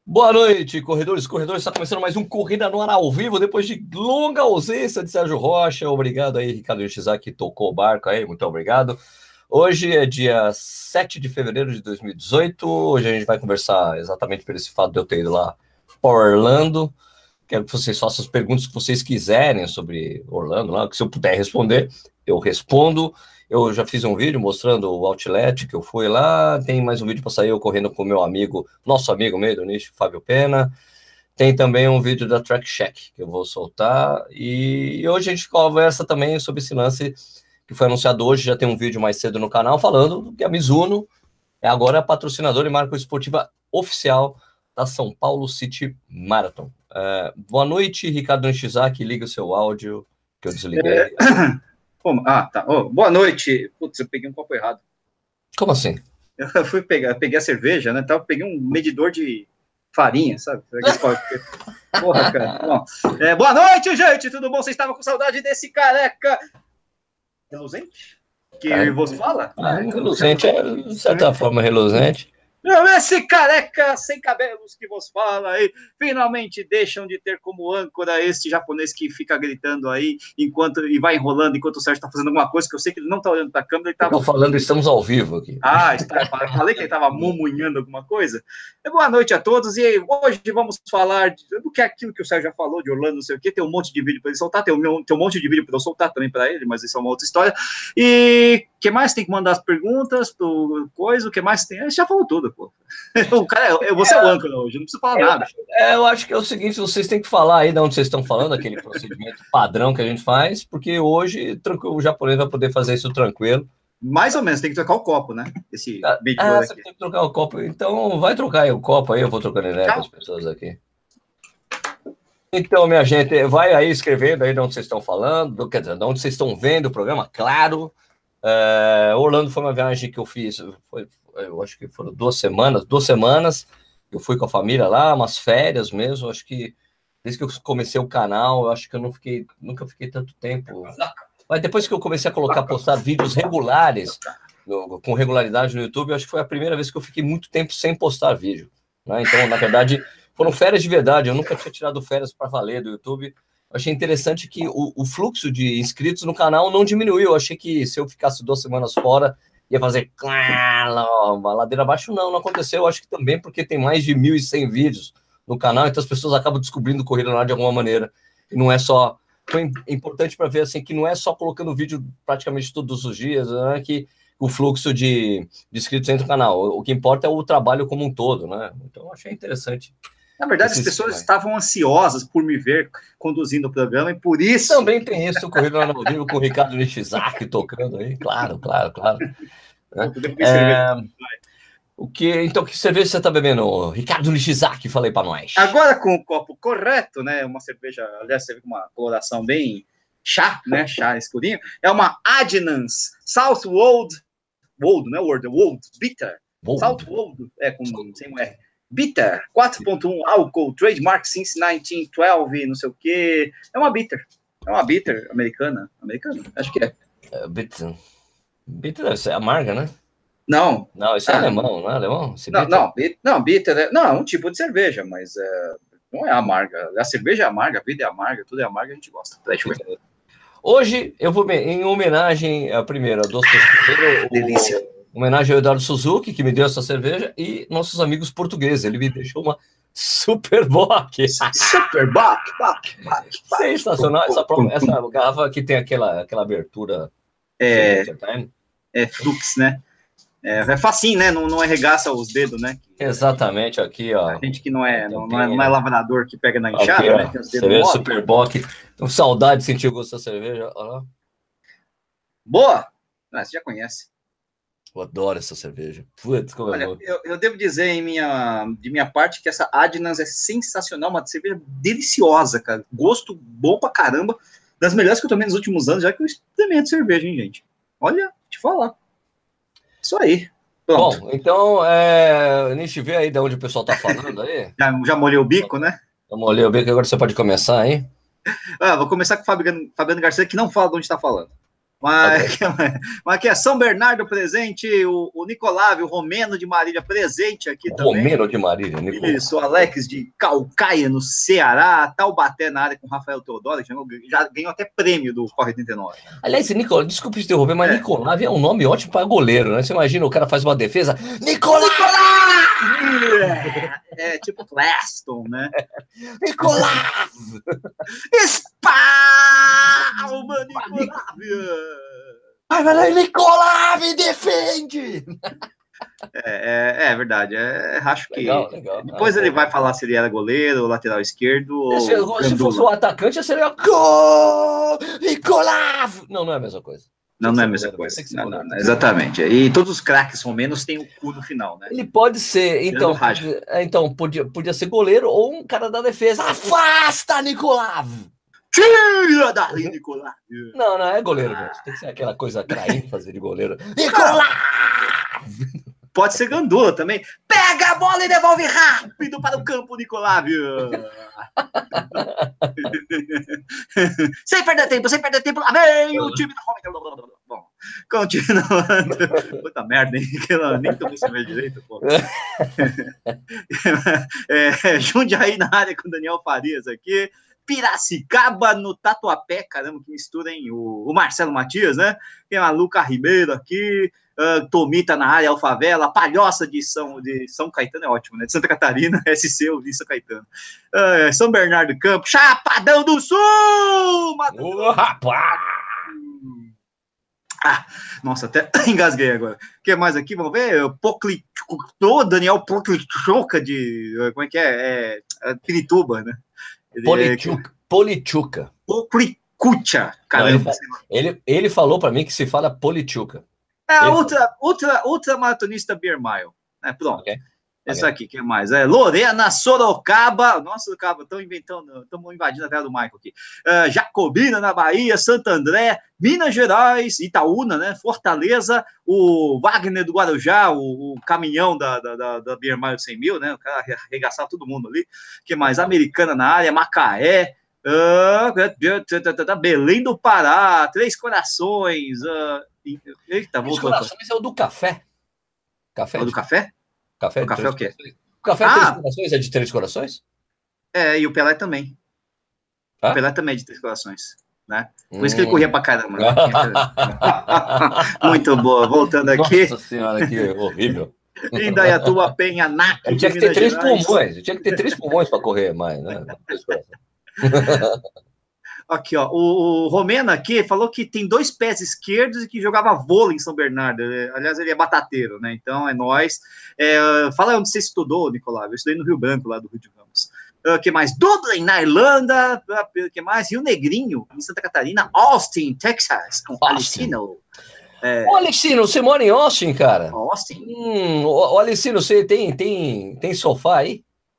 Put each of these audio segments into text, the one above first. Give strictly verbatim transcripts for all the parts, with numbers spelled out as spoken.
Boa noite, corredores, corredores. Está começando mais um Corrida no Ar ao vivo, depois de longa ausência de Sérgio Rocha. Obrigado aí, Ricardo Nishizaki, que tocou o barco aí, muito obrigado. Hoje é dia sete de fevereiro de dois mil e dezoito. Hoje a gente vai conversar exatamente por esse fato de eu ter ido lá para Orlando. Quero que vocês façam as perguntas que vocês quiserem sobre Orlando, lá, que se eu puder responder, eu respondo. Eu já fiz um vídeo mostrando o outlet que eu fui lá. Tem mais um vídeo para sair eu correndo com o meu amigo, nosso amigo meio do nicho, Fábio Pena. Tem também um vídeo da Track Check que eu vou soltar. E hoje a gente conversa também sobre esse lance que foi anunciado hoje. Já tem um vídeo mais cedo no canal falando que a Mizuno é agora a patrocinadora e marca esportiva oficial da São Paulo City Marathon. É, boa noite, Ricardo Nishizaki. Liga o seu áudio que eu desliguei. É... Ah, tá. Oh, boa noite. Putz, eu peguei um copo errado. Como assim? Eu fui pegar, peguei a cerveja, né? Então, eu peguei um medidor de farinha, sabe? Porra, cara. Bom, é, boa noite, gente. Tudo bom? Vocês estavam com saudade desse careca reluzente? Que Ah, vos fala? Ah, reluzente é, de certa forma, reluzente. Esse careca sem cabelos que vos fala aí, finalmente deixam de ter como âncora esse japonês que fica gritando aí enquanto e vai enrolando enquanto o Sérgio está fazendo alguma coisa que eu sei que ele não está olhando para a câmera. Ele tá... Estou falando, estamos ao vivo aqui. Ah, está, falei que ele estava mumunhando alguma coisa. Boa noite a todos e hoje vamos falar de, do que é aquilo que o Sérgio já falou de Orlando, não sei o que. Tem um monte de vídeo para ele soltar, tem um, tem um monte de vídeo para eu soltar também para ele, mas isso é uma outra história. E o que mais tem que mandar as perguntas pro coisa? O que mais tem? Já falou tudo, pô. O cara, é, você é o âncora hoje, não preciso falar eu, nada. É, eu acho que é o seguinte, vocês têm que falar aí de onde vocês estão falando, aquele procedimento padrão que a gente faz, porque hoje o japonês vai poder fazer isso tranquilo. Mais ou menos, tem que trocar o copo, né? Esse ah, ah você tem que trocar o copo, então vai trocar aí o copo aí, eu vou trocando ideia com as pessoas aqui. Então, minha gente, vai aí escrevendo aí de onde vocês estão falando, quer dizer, de onde vocês estão vendo o programa, claro. É, Orlando foi uma viagem que eu fiz, foi, eu acho que foram duas semanas, duas semanas, eu fui com a família lá, umas férias mesmo, acho que desde que eu comecei o canal, eu acho que eu não fiquei, nunca fiquei tanto tempo. Mas depois que eu comecei a colocar, postar vídeos regulares, no, com regularidade no YouTube, eu acho que foi a primeira vez que eu fiquei muito tempo sem postar vídeo, né? Então, na verdade, foram férias de verdade, eu nunca tinha tirado férias para valer do YouTube. Eu achei interessante que o, o fluxo de inscritos no canal não diminuiu. Eu achei que se eu ficasse duas semanas fora, ia fazer uma ladeira abaixo. Não, não aconteceu. Eu acho que também porque tem mais de mil e cem vídeos no canal, então as pessoas acabam descobrindo Corrida no Ar de alguma maneira. E não é só... Foi importante para ver assim, que não é só colocando vídeo praticamente todos os dias, né, que o fluxo de, de inscritos entra no canal. O, o que importa é o trabalho como um todo, né? Então, eu achei interessante. Na verdade, as pessoas vai. estavam ansiosas por me ver conduzindo o programa e por isso... Também tem isso, Corrida ao Vivo com o Ricardo Nishizaki tocando aí. Claro, claro, claro. É, o que, então, que cerveja você está bebendo? Ricardo Nishizaki, falei para nós. Agora com o copo correto, né? Uma cerveja, aliás, você vê com uma coloração bem chá, né? Chá escurinho. É uma Adnams Southwold, Wold, não é Word, é Wold, Bitter. Wold. Southwold, é com sem um R. Bitter, quatro ponto um álcool, trademark since nineteen twelve, não sei o quê. É uma bitter. É uma bitter americana. Americana? Acho que é. é bitter. Bitter deve ser amarga, né? Não. Não, isso é ah, alemão, não é alemão? Esse não, bitter? não, bitter, não, bitter é, não, é um tipo de cerveja, mas é, não é amarga. A cerveja é amarga, a vida é amarga, tudo é amarga, a gente gosta. Deixa eu ver. Hoje, eu vou em homenagem, a primeira, a duas pessoas. Delícia. Homenagem ao Eduardo Suzuki, que me deu essa cerveja, e nossos amigos portugueses. Ele me deixou uma Super Bock. Super Bock, Bock, Bock. Sensacional. Essa, essa garrafa aqui tem aquela, aquela abertura. É, é flux, né? É, é facinho, né? Não, não arregaça os dedos, né? Exatamente, aqui, ó. A gente que não é, não, não é, não é lavrador que pega na enxada, aqui, né? Tem os cerveja Super Bock. Tô com saudade de sentir o gosto da cerveja. Olha lá. Boa! Ah, você já conhece. Eu adoro essa cerveja. Putz, como Olha, eu, eu, eu devo dizer em minha, de minha parte que essa Adnams é sensacional, uma cerveja deliciosa, cara. Gosto bom pra caramba. Das melhores que eu tomei nos últimos anos, já que eu experimento cerveja, hein, gente? Olha, te falar. Isso aí. Pronto. Bom, então, é... Nish, vê aí de onde o pessoal tá falando aí. já, já molhei o bico, né? Já molhei o bico, agora você pode começar aí. Ah, vou começar com o Fabiano, Fabiano Garcia, que não fala de onde tá falando. Mas, mas aqui é São Bernardo presente, o, o Nicolávio Romeno de Marília presente aqui também. Romeno de Marília, Nicolávio. Isso, o Alex de Calcaia, no Ceará, Taubaté na área com Rafael Teodoro, que já, já ganhou até prêmio do Corre oitenta e nove. Aliás, Nicolávio, desculpa te interromper, mas é. Nicolávio é um nome ótimo para goleiro, né? Você imagina, o cara faz uma defesa, Nicolávio! É, é tipo Claston, né? Nicolávio! Espalma, Nicolávio! Vai, vai lá, Nicolávio, defende! É, é, é verdade, é, acho que legal, legal. depois ah, ele bom. vai falar se ele era goleiro, lateral esquerdo ou se, se fosse o atacante, seria gol, Nicolávio! Não, não é a mesma coisa. Não, não é a mesma coisa. Não, não, não, exatamente. E todos os craques romenos têm o cu no final, né? Ele pode ser, então, podia, então podia, podia ser goleiro ou um cara da defesa. Afasta, Nicolávio! Tira dali, Nicolávio! Não, não, é goleiro mesmo. Tem que ser aquela coisa craindo fazer de goleiro. Nicolávio! Pode ser Gandula também. Pega a bola e devolve rápido para o campo, Nicolávio. Sem perder tempo, sem perder tempo. Lá vem o time da Roma. Bom, continuando. Puta merda, hein? Eu nem tomei cerveja direito, pô. É, Jundiaí na área com o Daniel Farias aqui. Piracicaba no Tatuapé, caramba, que mistura, hein? O, o Marcelo Matias, né? Tem a Luca Ribeiro aqui. Uh, Tomita na área, Alfavela, Palhoça de São, de São Caetano é ótimo, né? De Santa Catarina, S C, eu vi São Caetano. Uh, São Bernardo do Campo, Chapadão do Sul! Ô, rapaz! Ah, nossa, até engasguei agora. O que mais aqui? Vamos ver. Poclitou, Daniel Poclichuca de. Como é que é? É, é Pirituba, né? Polichuca. Polichuca. Poclicucha, caramba. Ele, ele, ele falou para mim que se fala Polichuca. É a ultra, ultra, ultra maratonista Beer Mile. É, pronto. Okay. Esse okay. aqui, que mais? É Lorena, Sorocaba. Nossa, Sorocaba, estão inventando, estamos invadindo a terra do Michael aqui. Uh, Jacobina, na Bahia, Santo André, Minas Gerais, Itaúna, né? Fortaleza, o Wagner do Guarujá, o, o caminhão da, da, da, da Beer Mile cem mil, né? O cara arregaçava todo mundo ali. Que mais? Americana na área, Macaé. Uh, Belém do Pará, Três Corações. Uh, eita, Três Corações é o do café. Café é o do café? Café o café é o quê? O café ah, Três Corações é de Três Corações? É, e o Pelé também. Ah? O Pelé também é de Três Corações. Né? Por hum. isso que ele corria pra caramba. Né? Muito boa. Voltando aqui. Nossa senhora, que horrível. Indaiatuba, Penha, Nac. Eu tinha que ter três Gerais. pulmões. Eu tinha que ter três pulmões para correr mais, né? Aqui, ó. O, o Romeno aqui falou que tem dois pés esquerdos e que jogava vôlei em São Bernardo. Aliás, ele é batateiro, né? Então é nóis. É, fala onde você estudou, Nicolás. Eu estudei no Rio Branco, lá do Rio de Ramos. O uh, que mais? Dublin, na Irlanda. O uh, que mais? Rio Negrinho, em Santa Catarina. Austin, Texas, com Alicino. É... Ô, Alicino, você mora em Austin, cara? Austin. Hum, ô, Alicino, você tem, tem, tem sofá aí?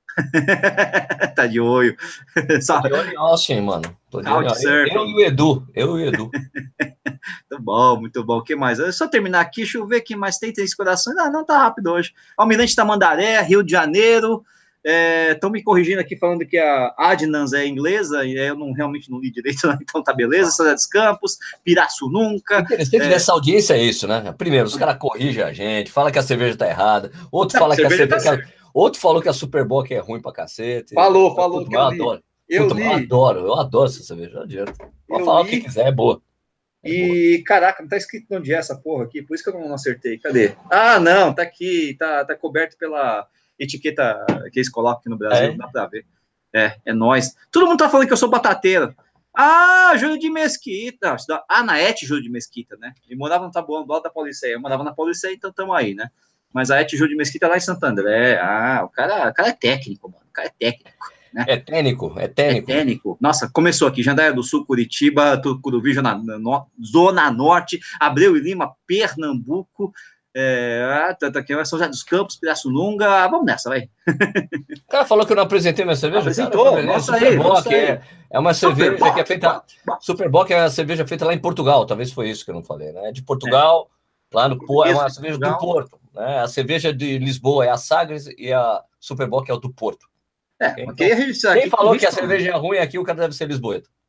Tá de olho. Só... Tô de olho em Austin, mano. Tô de olho. Eu, eu e o Edu. Eu e o Edu. Muito bom, muito bom. O que mais? É só terminar aqui, deixa eu ver o que mais tem. Três Corações. Ah, não, tá rápido hoje. Almirante Tamandaré, Rio de Janeiro. Estão é, me corrigindo aqui, falando que a Adnans é inglesa, e eu não, realmente não li direito, então tá beleza. São José dos Campos, Pirassununga. O interessante é... dessa audiência é isso, né? Primeiro, os caras corrigem a gente, fala que a cerveja tá errada, outro fala que a cerveja... Tá que... Outro falou que a Superbock é ruim pra cacete. Falou, falou. Puta, que eu, eu adoro. Eu, Puta, eu adoro, eu adoro essa cerveja, não adianta. Pode falar li. o que quiser, é boa. É e, boa. Caraca, não tá escrito onde é essa porra aqui, por isso que eu não acertei. Cadê? Ah, não, tá aqui, tá, tá coberto pela etiqueta que eles colocam aqui no Brasil, é? Não dá pra ver. É, é nóis. Todo mundo tá falando que eu sou batateiro. Ah, Júlio de Mesquita. Ah, na Et Júlio de Mesquita, né? Ele morava no Taboão, do lado da Pauliceia. Eu morava na Pauliceia, então tamo aí, né? Mas a Et Júlio de Mesquita é lá em Santo André. Ah, o cara, o cara é técnico, mano. O cara é técnico. Né? É técnico, é técnico. É técnico. Nossa, começou aqui, Jandaia do Sul, Curitiba, Tucuruvi, Zona, no, Zona Norte, Abreu e Lima, Pernambuco, é, aqui, São José dos Campos, Pirassununga, vamos nessa, vai. O cara falou que eu não apresentei minha cerveja. Apresentou, cara, nossa aí, nossa é, é uma cerveja Super que é feita, Superbock é uma cerveja feita lá em Portugal, talvez foi isso que eu não falei, né? De Portugal, é. lá no Porto, é uma cerveja do Porto, né? A cerveja de Lisboa é a Sagres e a Superbock é o do Porto. É, então, okay, quem falou que a cerveja é ruim aqui, o cara deve ser lisboeta.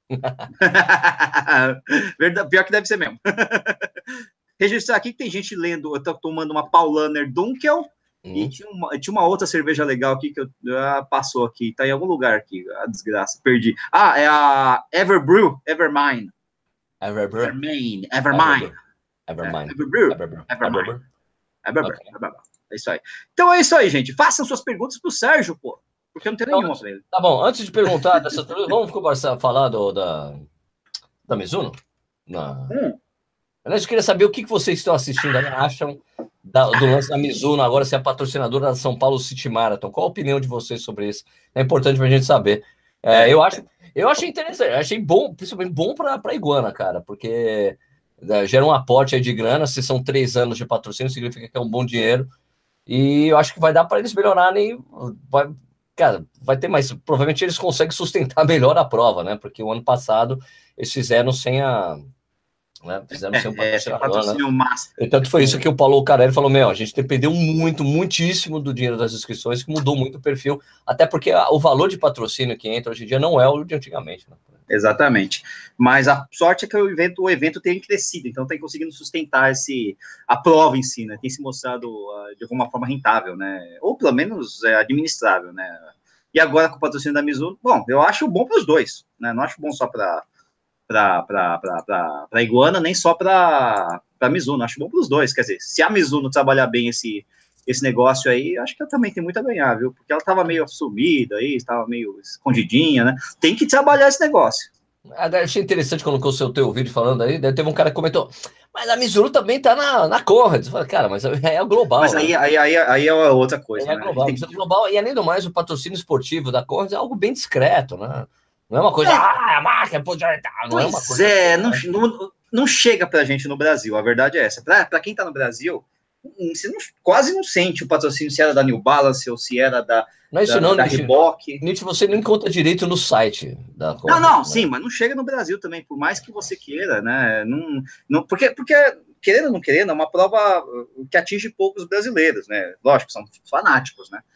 Verdade, pior que deve ser mesmo. Registrar aqui que tem gente lendo, eu tô tomando uma Paulaner Dunkel, hum. e tinha uma, tinha uma outra cerveja legal aqui que eu, ah, passou aqui, tá em algum lugar aqui, a desgraça, perdi. Ah, é a Everbrew, Evermine. Everbrew. Evermine, Evermine. Evermine. Everbrew. Evermine. Evermine. Everbrew. É isso aí. Então é isso aí, gente. Façam suas perguntas pro Sérgio, pô. Porque eu não tenho então, nenhuma pra ele. Tá bom, antes de perguntar dessa, vamos conversar, falar do, da, da Mizuno? Na... Hum. Eu queria saber o que vocês estão assistindo aí, acham da, do lance da Mizuno, agora ser a patrocinadora da São Paulo City Marathon. Qual a opinião de vocês sobre isso? É importante pra gente saber. É, eu, acho, eu achei interessante, achei bom, principalmente bom pra, pra Iguana, cara, porque gera um aporte aí de grana, se são três anos de patrocínio, significa que é um bom dinheiro, e eu acho que vai dar para eles melhorarem, vai, cara, vai ter mais, provavelmente eles conseguem sustentar melhor a prova, né, porque o ano passado eles fizeram sem a, né, fizeram é, sem o patrocinador, é, né? Máximo. E tanto foi isso que o Paulo Carelli falou, meu, a gente dependeu muito, muitíssimo do dinheiro das inscrições, que mudou muito o perfil, até porque a, o valor de patrocínio que entra hoje em dia não é o de antigamente, né? Exatamente. Mas a sorte é que o evento, o evento tem crescido, então tem conseguindo sustentar esse, a prova em si, né? Tem se mostrado uh, de alguma forma rentável, né? Ou pelo menos é, administrável, né? E agora com o patrocínio da Mizuno, bom, eu acho bom para os dois, né? Não acho bom só para para Iguana, nem só para a Mizuno, acho bom para os dois. Quer dizer, se a Mizuno trabalhar bem esse, esse negócio aí, acho que ela também tem muito a ganhar, viu? Porque ela estava meio sumida aí, estava meio escondidinha, né? Tem que trabalhar esse negócio. Eu achei interessante quando eu seu teu vídeo falando aí, daí teve um cara que comentou, mas a Mizuno também tá na, na Conrad. Eu falei, cara, mas é o global. Mas aí, né? aí, aí, aí é outra coisa, é né? Global, Tem... é global, e além do mais, o patrocínio esportivo da Conrad é algo bem discreto, né? Não é uma coisa, é. ah, a marca, pô, não pois é uma coisa. É, assim, não, né? não, não chega pra gente no Brasil, a verdade é essa. Para quem tá no Brasil, você não, quase não sente o patrocínio se era da New Balance ou se era da, não é isso da, não, da Nietzsche, Reebok. Nietzsche, você nem conta direito no site da Não, Conrad, não, né? sim, mas não chega no Brasil também, por mais que você queira, né? Não, não, porque, porque, querendo ou não querendo, é uma prova que atinge poucos brasileiros, né? Lógico, são fanáticos, né?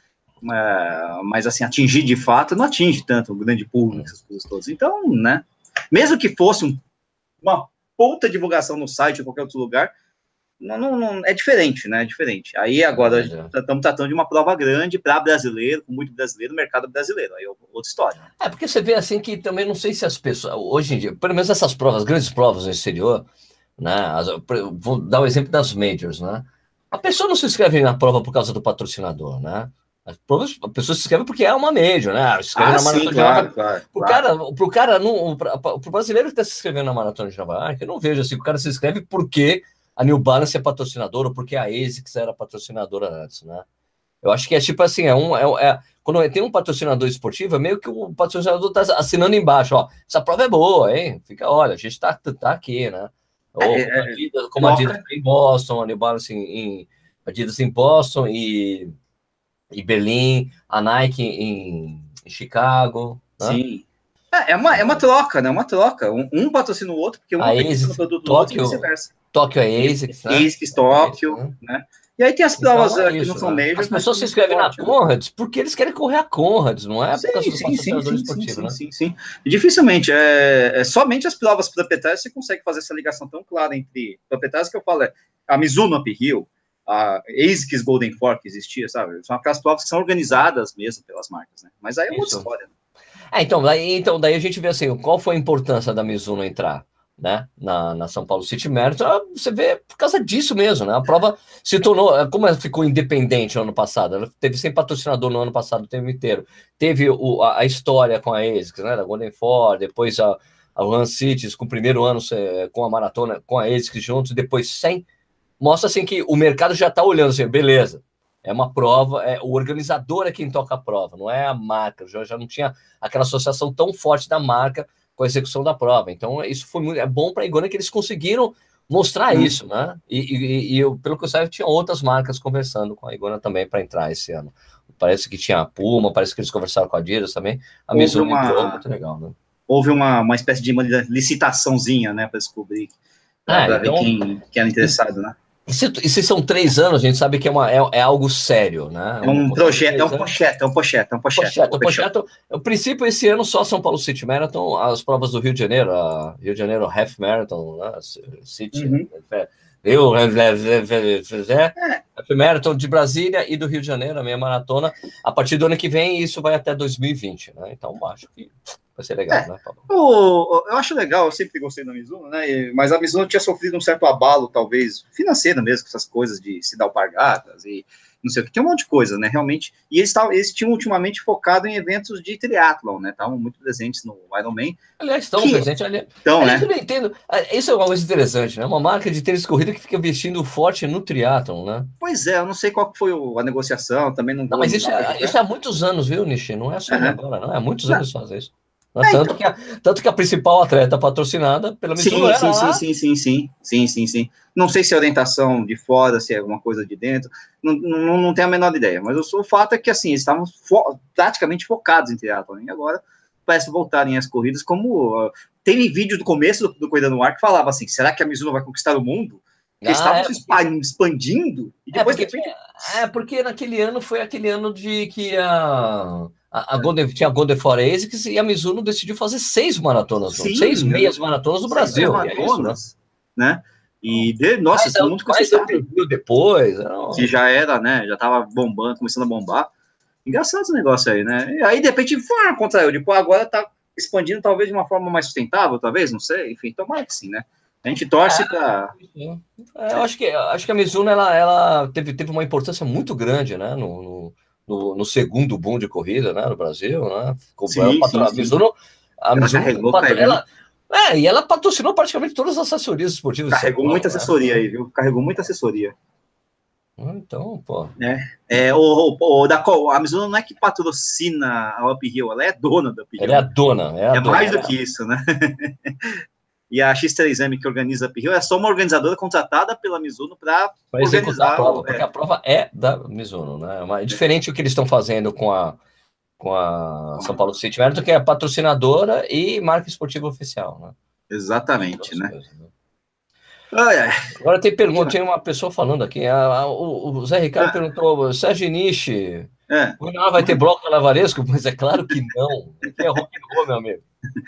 Mas, assim, atingir de fato não atinge tanto o grande público, essas coisas todas. Então, né? Mesmo que fosse um, uma puta divulgação no site ou qualquer outro lugar, não, não, não, é diferente, né? É diferente. Aí agora é, estamos tratando de uma prova grande para brasileiro, com muito brasileiro, mercado brasileiro. Aí é outra história. É, porque você vê assim que também não sei se as pessoas, hoje em dia, pelo menos essas provas, grandes provas no exterior, né? As, vou dar o exemplo das majors, né? A pessoa não se inscreve na prova por causa do patrocinador, né? As provas, a pessoa se inscreve porque é uma major, né? Se inscreve ah, na Maratona sim, de claro, Nova York. claro, Pro claro. cara, pro cara não, pro brasileiro que está se inscrevendo na Maratona de Nova York, eu não vejo assim, o cara se inscreve porque a New Balance é patrocinadora ou porque a ASICS era patrocinadora antes, né? Eu acho que é tipo assim, é um, é, é, quando tem um patrocinador esportivo, é meio que o patrocinador tá assinando embaixo, ó, essa prova é boa, hein? Fica, olha, a gente tá, tá aqui, né? Ou É, como a Adidas, como a Adidas em Boston, a New Balance em, em Adidas em Boston e, e Berlim, a Nike em, em Chicago, né? Sim. É, é, uma, é uma troca, né? Uma troca. Um, um patrocina o outro, porque um a acredita no produto do outro e vice-versa. Tóquio é ASICS, né? ASICS, Tóquio, é isso, né? né? E aí tem as provas então, é que isso, não são né? majors. As pessoas se inscrevem na Conrads porque eles querem correr a Conrads, não é sim, por causa do sim, patrocinador sim, esportivo, sim, né? Sim, sim, sim. E dificilmente, é, é somente as provas proprietárias você consegue fazer essa ligação tão clara entre proprietárias que eu falo, é a Mizuno Uphill, a ASICS Golden Fork existia, sabe? São aquelas provas que são organizadas mesmo pelas marcas, né? Mas aí é outra Isso. história. Né? É, então, daí, então, daí a gente vê assim, qual foi a importância da Mizuno entrar, né, na, na São Paulo City Marathon, você vê por causa disso mesmo, né, a prova se tornou, como ela ficou independente no ano passado, ela teve sem patrocinador no ano passado o tempo inteiro, teve o, a, a história com a ASICS, né, da Golden Ford, depois a, a Run Cities, com o primeiro ano com a maratona, com a ASICS juntos, depois sem, mostra assim que o mercado já está olhando assim, beleza, é uma prova, é, o organizador é quem toca a prova, não é a marca, já, já não tinha aquela associação tão forte da marca com a execução da prova. Então, isso foi muito é bom para a Iguana que eles conseguiram mostrar hum. isso, né? E, e, e eu, pelo que eu sei, tinha outras marcas conversando com a Iguana também para entrar esse ano. Parece que tinha a Puma, parece que eles conversaram com a Adidas também. A Mizuno uma... entrou, muito legal, né? Houve uma, uma espécie de uma licitaçãozinha, né, para descobrir, para é, então... ver quem, quem era interessado, né? E se, e se são três anos, a gente sabe que é, uma, é, é algo sério, né? É um projeto, é um pochete, é um pochete, é um pochete. Pochete, pochete. O princípio, esse ano, só São Paulo City Marathon, as provas do Rio de Janeiro, a Rio de Janeiro Half Marathon, né? City, Uhum. Rio, Half Marathon de Brasília e do Rio de Janeiro, a meia maratona, a partir do ano que vem, isso vai até dois mil e vinte, né? Então, acho que vai ser legal, é, né, Paulo? O, eu acho legal, eu sempre gostei da Mizuno, né? Mas a Mizuno tinha sofrido um certo abalo, talvez, financeiro mesmo, com essas coisas de se dar alpargatas e não sei o que, tem um monte de coisa, né? Realmente. E eles, tavam, eles tinham ultimamente focado em eventos de triatlon, né? Estavam muito presentes no Ironman. Aliás, estão presentes ali. Então, aliás, né? eu não entendo. Isso é uma coisa interessante, né? Uma marca de tênis de corrida que fica investindo forte no triatlon, né? Pois é, eu não sei qual foi a negociação, também não vou. Não, mas isso, é, isso é há muitos anos, viu, Nishi? Não é só uhum. agora, não. É há muitos não. anos fazer isso. É, tanto, então... que a, tanto que a principal atleta patrocinada pela Mizuno sim, era sim, sim, sim, sim, sim, sim, sim, sim. Não sei se é orientação de fora, se é alguma coisa de dentro, não, não, não tenho a menor ideia, mas o, o fato é que, assim, eles estavam fo praticamente focados em triatlon, e agora parece voltarem as corridas, como uh, teve vídeo do começo do, do Corrida no Ar que falava assim, será que a Mizuno vai conquistar o mundo? Porque ah, estavam é, se porque... expandindo, e depois... É porque, de repente... é porque naquele ano foi aquele ano de que a... A, a Golden, tinha a Golden Four Asics e a Mizuno decidiu fazer seis maratonas, Sim, seis meias maratonas no Brasil. Maratonas, é isso, né? né? E, de, nossa, mas, todo mundo ficou assustado. Depois. Não. Que já era, né? Já tava bombando, começando a bombar. Engraçado esse negócio aí, né? E aí, de repente, ah, contraiu. Tipo, agora tá expandindo, talvez, de uma forma mais sustentável, talvez, não sei. Enfim, tomara que sim, né? A gente torce é, para... É, eu acho que, acho que a Mizuno, ela, ela teve, teve uma importância muito grande, né? no, no... No, no segundo boom de corrida, né, no Brasil, né? Sim, patro... sim, a Mizuno, a ela Mizuno carregou, patro... ela... É, e ela patrocinou praticamente todas as assessorias esportivas. Carregou muita assessoria né? aí, viu? Carregou muita assessoria. Então, pô. É, é o, o, o da a Mizuno não é que patrocina a Up Hill, ela é dona da Up Hill. Ela é a dona, é a É dona, mais do é. que isso, né? E a X três M que organiza a Up Hill é só uma organizadora contratada pela Mizuno para executar a prova, porque é. a prova é da Mizuno, né? É diferente do que eles estão fazendo com a, com a São Paulo City Marathon, que é patrocinadora e marca esportiva oficial, né? Exatamente, né? Coisas, né? Ai, ai. Agora tem pergunta, tem uma pessoa falando aqui, a, a, o, o Zé Ricardo ah. perguntou, Sérgio Nishi, é. não vai ter bloco carnavaresco? Mas é claro que não, aqui é rock and roll, meu amigo.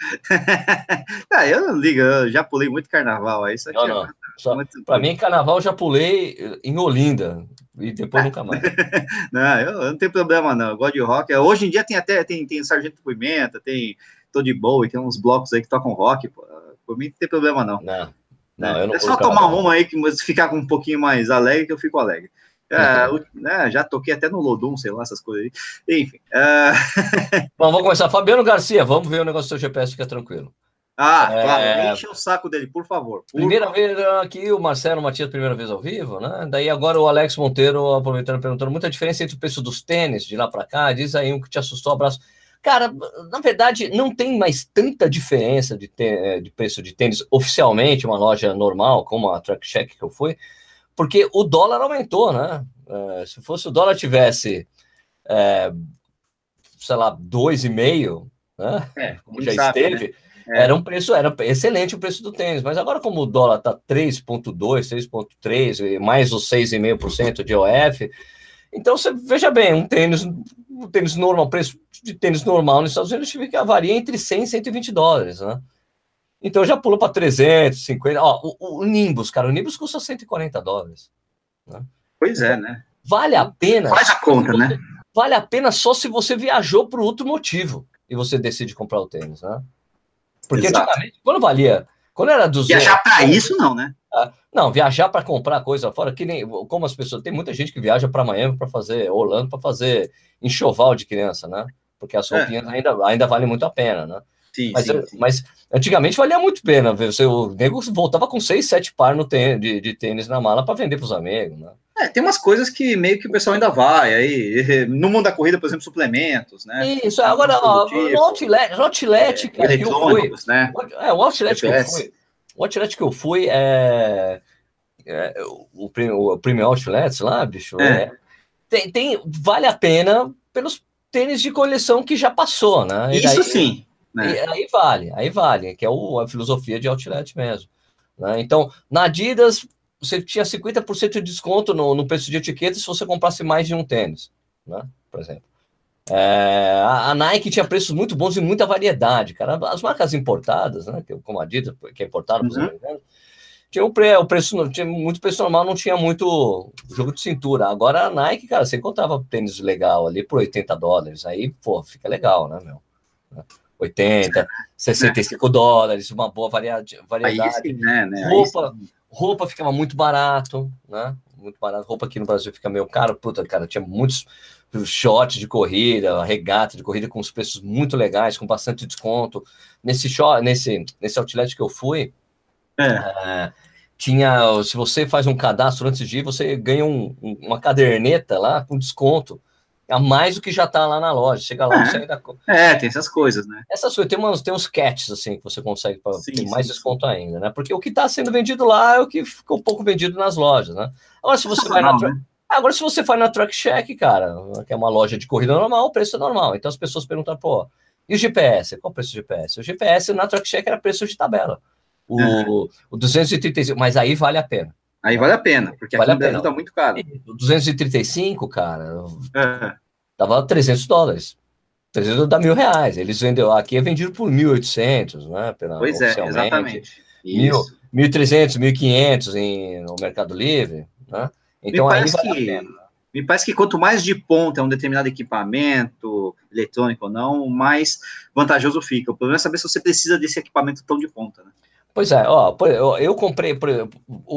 ah, eu não ligo, eu já pulei muito carnaval, aí isso aqui não, não. É Só, pra mim, carnaval eu já pulei em Olinda, e depois nunca mais. não, eu, eu não tenho problema não, eu gosto de rock, hoje em dia tem até, tem, tem Sargento Pimenta, tem Tô de Boa, tem uns blocos aí que tocam rock, pô. Por mim não tem problema não. Não. Não, eu não é só tomar uma aí que ficar com um pouquinho mais alegre que eu fico alegre. É, uhum. né, já toquei até no Lodum, sei lá, essas coisas aí. Enfim. É... Bom, vamos começar. Fabiano Garcia, vamos ver o negócio do seu G P S, fica tranquilo. Ah, é... claro, enche o saco dele, por favor. Por primeira favor. vez aqui, o Marcelo Matias, primeira vez ao vivo, né? Daí agora o Alex Monteiro, aproveitando, perguntando muita diferença entre o preço dos tênis de lá para cá. Diz aí um que te assustou, abraço. Cara, na verdade, não tem mais tanta diferença de, de preço de tênis oficialmente, uma loja normal, como a Track Check que eu fui, porque o dólar aumentou, né? É, se fosse o dólar tivesse, é, sei lá, dois e meio, né? É, como já sabe, esteve, né? é. era um preço, era excelente o preço do tênis, mas agora como o dólar está três vírgula dois, três vírgula três, mais os seis vírgula cinco por cento de O F, então você veja bem, um tênis, um tênis normal, preço de tênis normal nos Estados Unidos fica, varia entre cem e cento e vinte dólares, né? Então já pulou para trezentos e cinquenta. Ó, o, o Nimbus, cara, o Nimbus custa cento e quarenta dólares. Né? Pois é, né? Vale a pena. Faz a conta, você, né? Vale a pena só se você viajou por outro motivo e você decide comprar o tênis, né? Porque Exato. antigamente, quando valia, quando era duzentos. Viajar para isso, não, né? Não, viajar para comprar coisa fora, que nem como as pessoas. Tem muita gente que viaja para Miami para fazer, Orlando para fazer enxoval de criança, né? Porque as roupinhas é. ainda, ainda valem muito a pena, né? Sim, mas, sim, sim. mas antigamente valia muito a pena. Você, o nego voltava com seis, sete par no tênis, de, de tênis na mala para vender para os amigos, né? É, tem umas coisas que meio que o pessoal ainda vai. Aí, no mundo da corrida, por exemplo, suplementos, né? Isso, agora, ó, tipo, no outlet, no outlet é, cara, que eu fui. Né? É, o outlet que eu fui. O outlet que eu fui é. É, o, o Premium Outlets lá, bicho, é. É, tem, tem, vale a pena pelos tênis de coleção que já passou, né? E Isso daí, sim. Né? Aí vale, aí vale, que é o, a filosofia de outlet mesmo. Né? Então, na Adidas, você tinha cinquenta por cento de desconto no, no preço de etiqueta se você comprasse mais de um tênis, né? Por exemplo. É, a, a Nike tinha preços muito bons e muita variedade, cara. As marcas importadas, né? Como a Adidas, que é importada para os Uhum. americanos, tinha o, pre, o preço, tinha muito preço normal, não tinha muito jogo de cintura. Agora a Nike, cara, você encontrava tênis legal ali por oitenta dólares. Aí, pô, fica legal, né, meu? oitenta, sessenta e cinco dólares, uma boa variedade. Aí sim, né? né? Roupa, sim. roupa ficava muito barato, né? Muito barato. Roupa aqui no Brasil fica meio caro. Puta, cara, tinha muitos shorts de corrida, regata de corrida com os preços muito legais, com bastante desconto. Nesse short, nesse, nesse outlet que eu fui, É. É, tinha, se você faz um cadastro antes de ir, você ganha um, um, uma caderneta lá com desconto a mais do que já tá lá na loja. Chega lá, É, você ainda... é, tem essas coisas, né? Essas coisas, tem, umas, tem uns catches assim que você consegue pra, Sim, ter mais sim, desconto sim. ainda, né? Porque o que está sendo vendido lá é o que ficou pouco vendido nas lojas, né? Agora, se você vai na né? Agora, se você vai na Truck Check, cara, que é uma loja de corrida normal, o preço é normal. Então as pessoas perguntam, pô, e o G P S? Qual o preço do G P S? O G P S na Truck Check era preço de tabela. O, uhum. o duzentos e trinta e cinco, mas aí vale a pena. Aí né? Vale a pena, porque vale aqui no Brasil tá muito caro. O duzentos e trinta e cinco, cara, é. tava trezentos dólares. trezentos dá mil reais. Eles vendem, aqui é vendido por mil e oitocentos, né? Pela, pois é, exatamente. Mil, mil e trezentos, mil e quinhentos no Mercado Livre, né? Então me aí parece vale que, a pena. Me parece que quanto mais de ponta é um determinado equipamento, eletrônico ou não, mais vantajoso fica. O problema é saber se você precisa desse equipamento tão de ponta, né? Pois é, ó, eu, eu comprei por, o,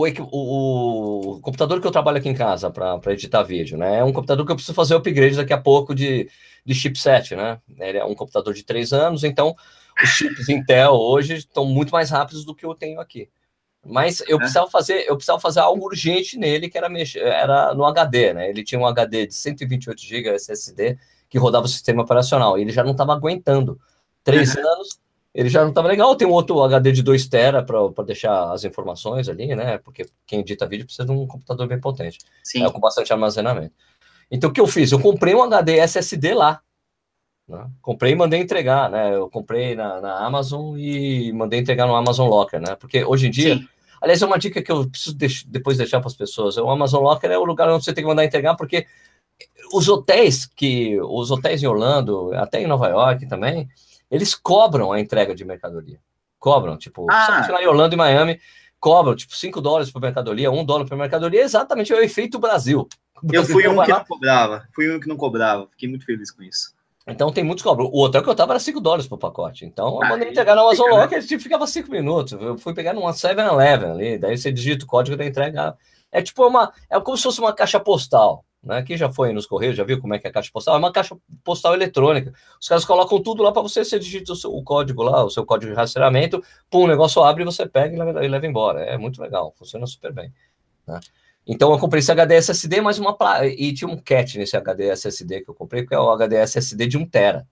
o, o computador que eu trabalho aqui em casa para editar vídeo, né? É um computador que eu preciso fazer upgrade daqui a pouco de, de chipset, né? Ele é um computador de três anos, então os chips Intel hoje estão muito mais rápidos do que eu tenho aqui. Mas eu precisava fazer, eu precisava fazer algo urgente nele, que era mexer, era no H D, né? Ele tinha um H D de cento e vinte e oito gigas S S D que rodava o sistema operacional, e ele já não estava aguentando. Três anos, ele já não estava legal. Tem um outro H D de dois tera para deixar as informações ali, né? Porque quem edita vídeo precisa de um computador bem potente, é, com bastante armazenamento. Então, o que eu fiz? Eu comprei um H D S S D lá. Né? Comprei e mandei entregar, né? Eu comprei na, na Amazon e mandei entregar no Amazon Locker, né? Porque hoje em dia... Sim. Aliás, é uma dica que eu preciso deix- depois deixar para as pessoas. O Amazon Locker é o lugar onde você tem que mandar entregar, porque os hotéis que os hotéis em Orlando, até em Nova York também, eles cobram a entrega de mercadoria. Cobram, tipo, ah. lá em Orlando e Miami, cobram, tipo, cinco dólares por mercadoria, um dólar por mercadoria, exatamente o efeito Brasil. O Brasil eu fui um que lá... não cobrava, fui um que não cobrava, fiquei muito feliz com isso. Então tem muitos cobros. O hotel que eu tava era cinco dólares por pacote. Então eu mandei entregar no Amazon Locker, ele ficava cinco minutos. Eu fui pegar numa seven eleven ali, daí você digita o código da entrega. É tipo uma. É como se fosse uma caixa postal. Né? Quem já foi nos Correios, já viu como é que é a caixa postal? É uma caixa postal eletrônica. Os caras colocam tudo lá para você, você digita o, seu, o código lá, o seu código de rastreamento, pum, o negócio abre e você pega e leva, e leva embora. É muito legal, funciona super bem. Né? Então eu comprei esse H D S S D, mais uma placa, e tinha um catch nesse H D S S D que eu comprei, que é o H D S S D de um tera.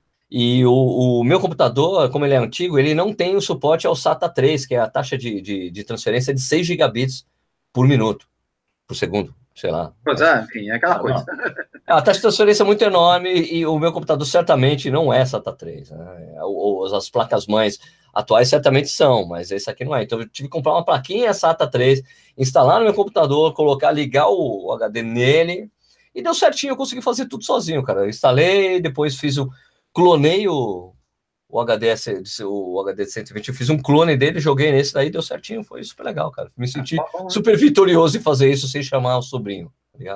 E o, o meu computador, como ele é antigo, ele não tem o suporte ao SATA três, que é a taxa de, de, de transferência de seis gigabits por minuto, por segundo, sei lá. Pois é, enfim, é aquela ah, coisa. É uma taxa de transferência muito enorme e o meu computador certamente não é SATA três. Né? As placas-mães atuais certamente são, mas esse aqui não é. Então eu tive que comprar uma plaquinha SATA três, instalar no meu computador, colocar, ligar o H D nele, e deu certinho, eu consegui fazer tudo sozinho, cara. Eu instalei, depois fiz o... clonei o, o H D, o H D de cento e vinte, eu fiz um clone dele, joguei nesse daí, deu certinho, foi super legal, cara. Me senti ah, super vitorioso em fazer isso sem chamar o sobrinho, tá ligado?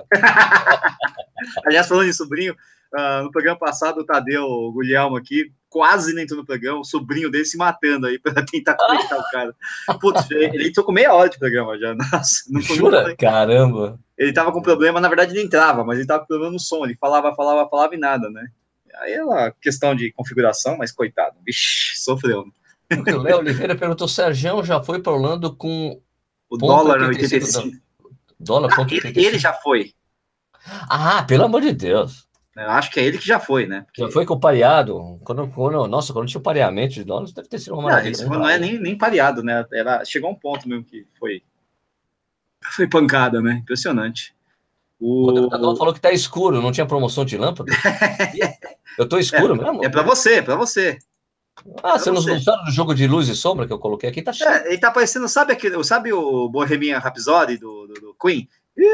Aliás, falando de sobrinho, uh, no programa passado, o Tadeu, o Guilherme aqui, quase nem entrou no programa, o sobrinho dele se matando aí para tentar conectar o cara. Putz, ele entrou com meia hora de programa já. Nossa, não foi Jura? Caramba! Ele tava com problema, na verdade ele entrava, mas ele tava com problema no som, ele falava, falava, falava e nada, né? Aí é uma questão de configuração, mas coitado, vixi, sofreu. O Léo Oliveira perguntou, Sergião já foi para Orlando com o dólar oitenta e cinco. Dólar ah, ele, ele já foi. Ah, pelo amor de Deus. Eu acho que é ele que já foi, né? Porque... Já foi com o pareado. Quando, quando, nossa, quando tinha o pareamento de dólares, deve ter sido uma maravilha. Não, isso não, não é nem, nem pareado, né? Era, chegou a um ponto mesmo que foi, foi pancada, né? Impressionante. O Rodrigo falou que tá escuro, não tinha promoção de lâmpada. Eu tô escuro é, mesmo? É para você, é para você. Ah, vocês não gostaram do jogo de luz e sombra que eu coloquei aqui? Tá cheio. É, ele tá parecendo, sabe aquele, sabe o Bohemian Rhapsody do, do, do Queen?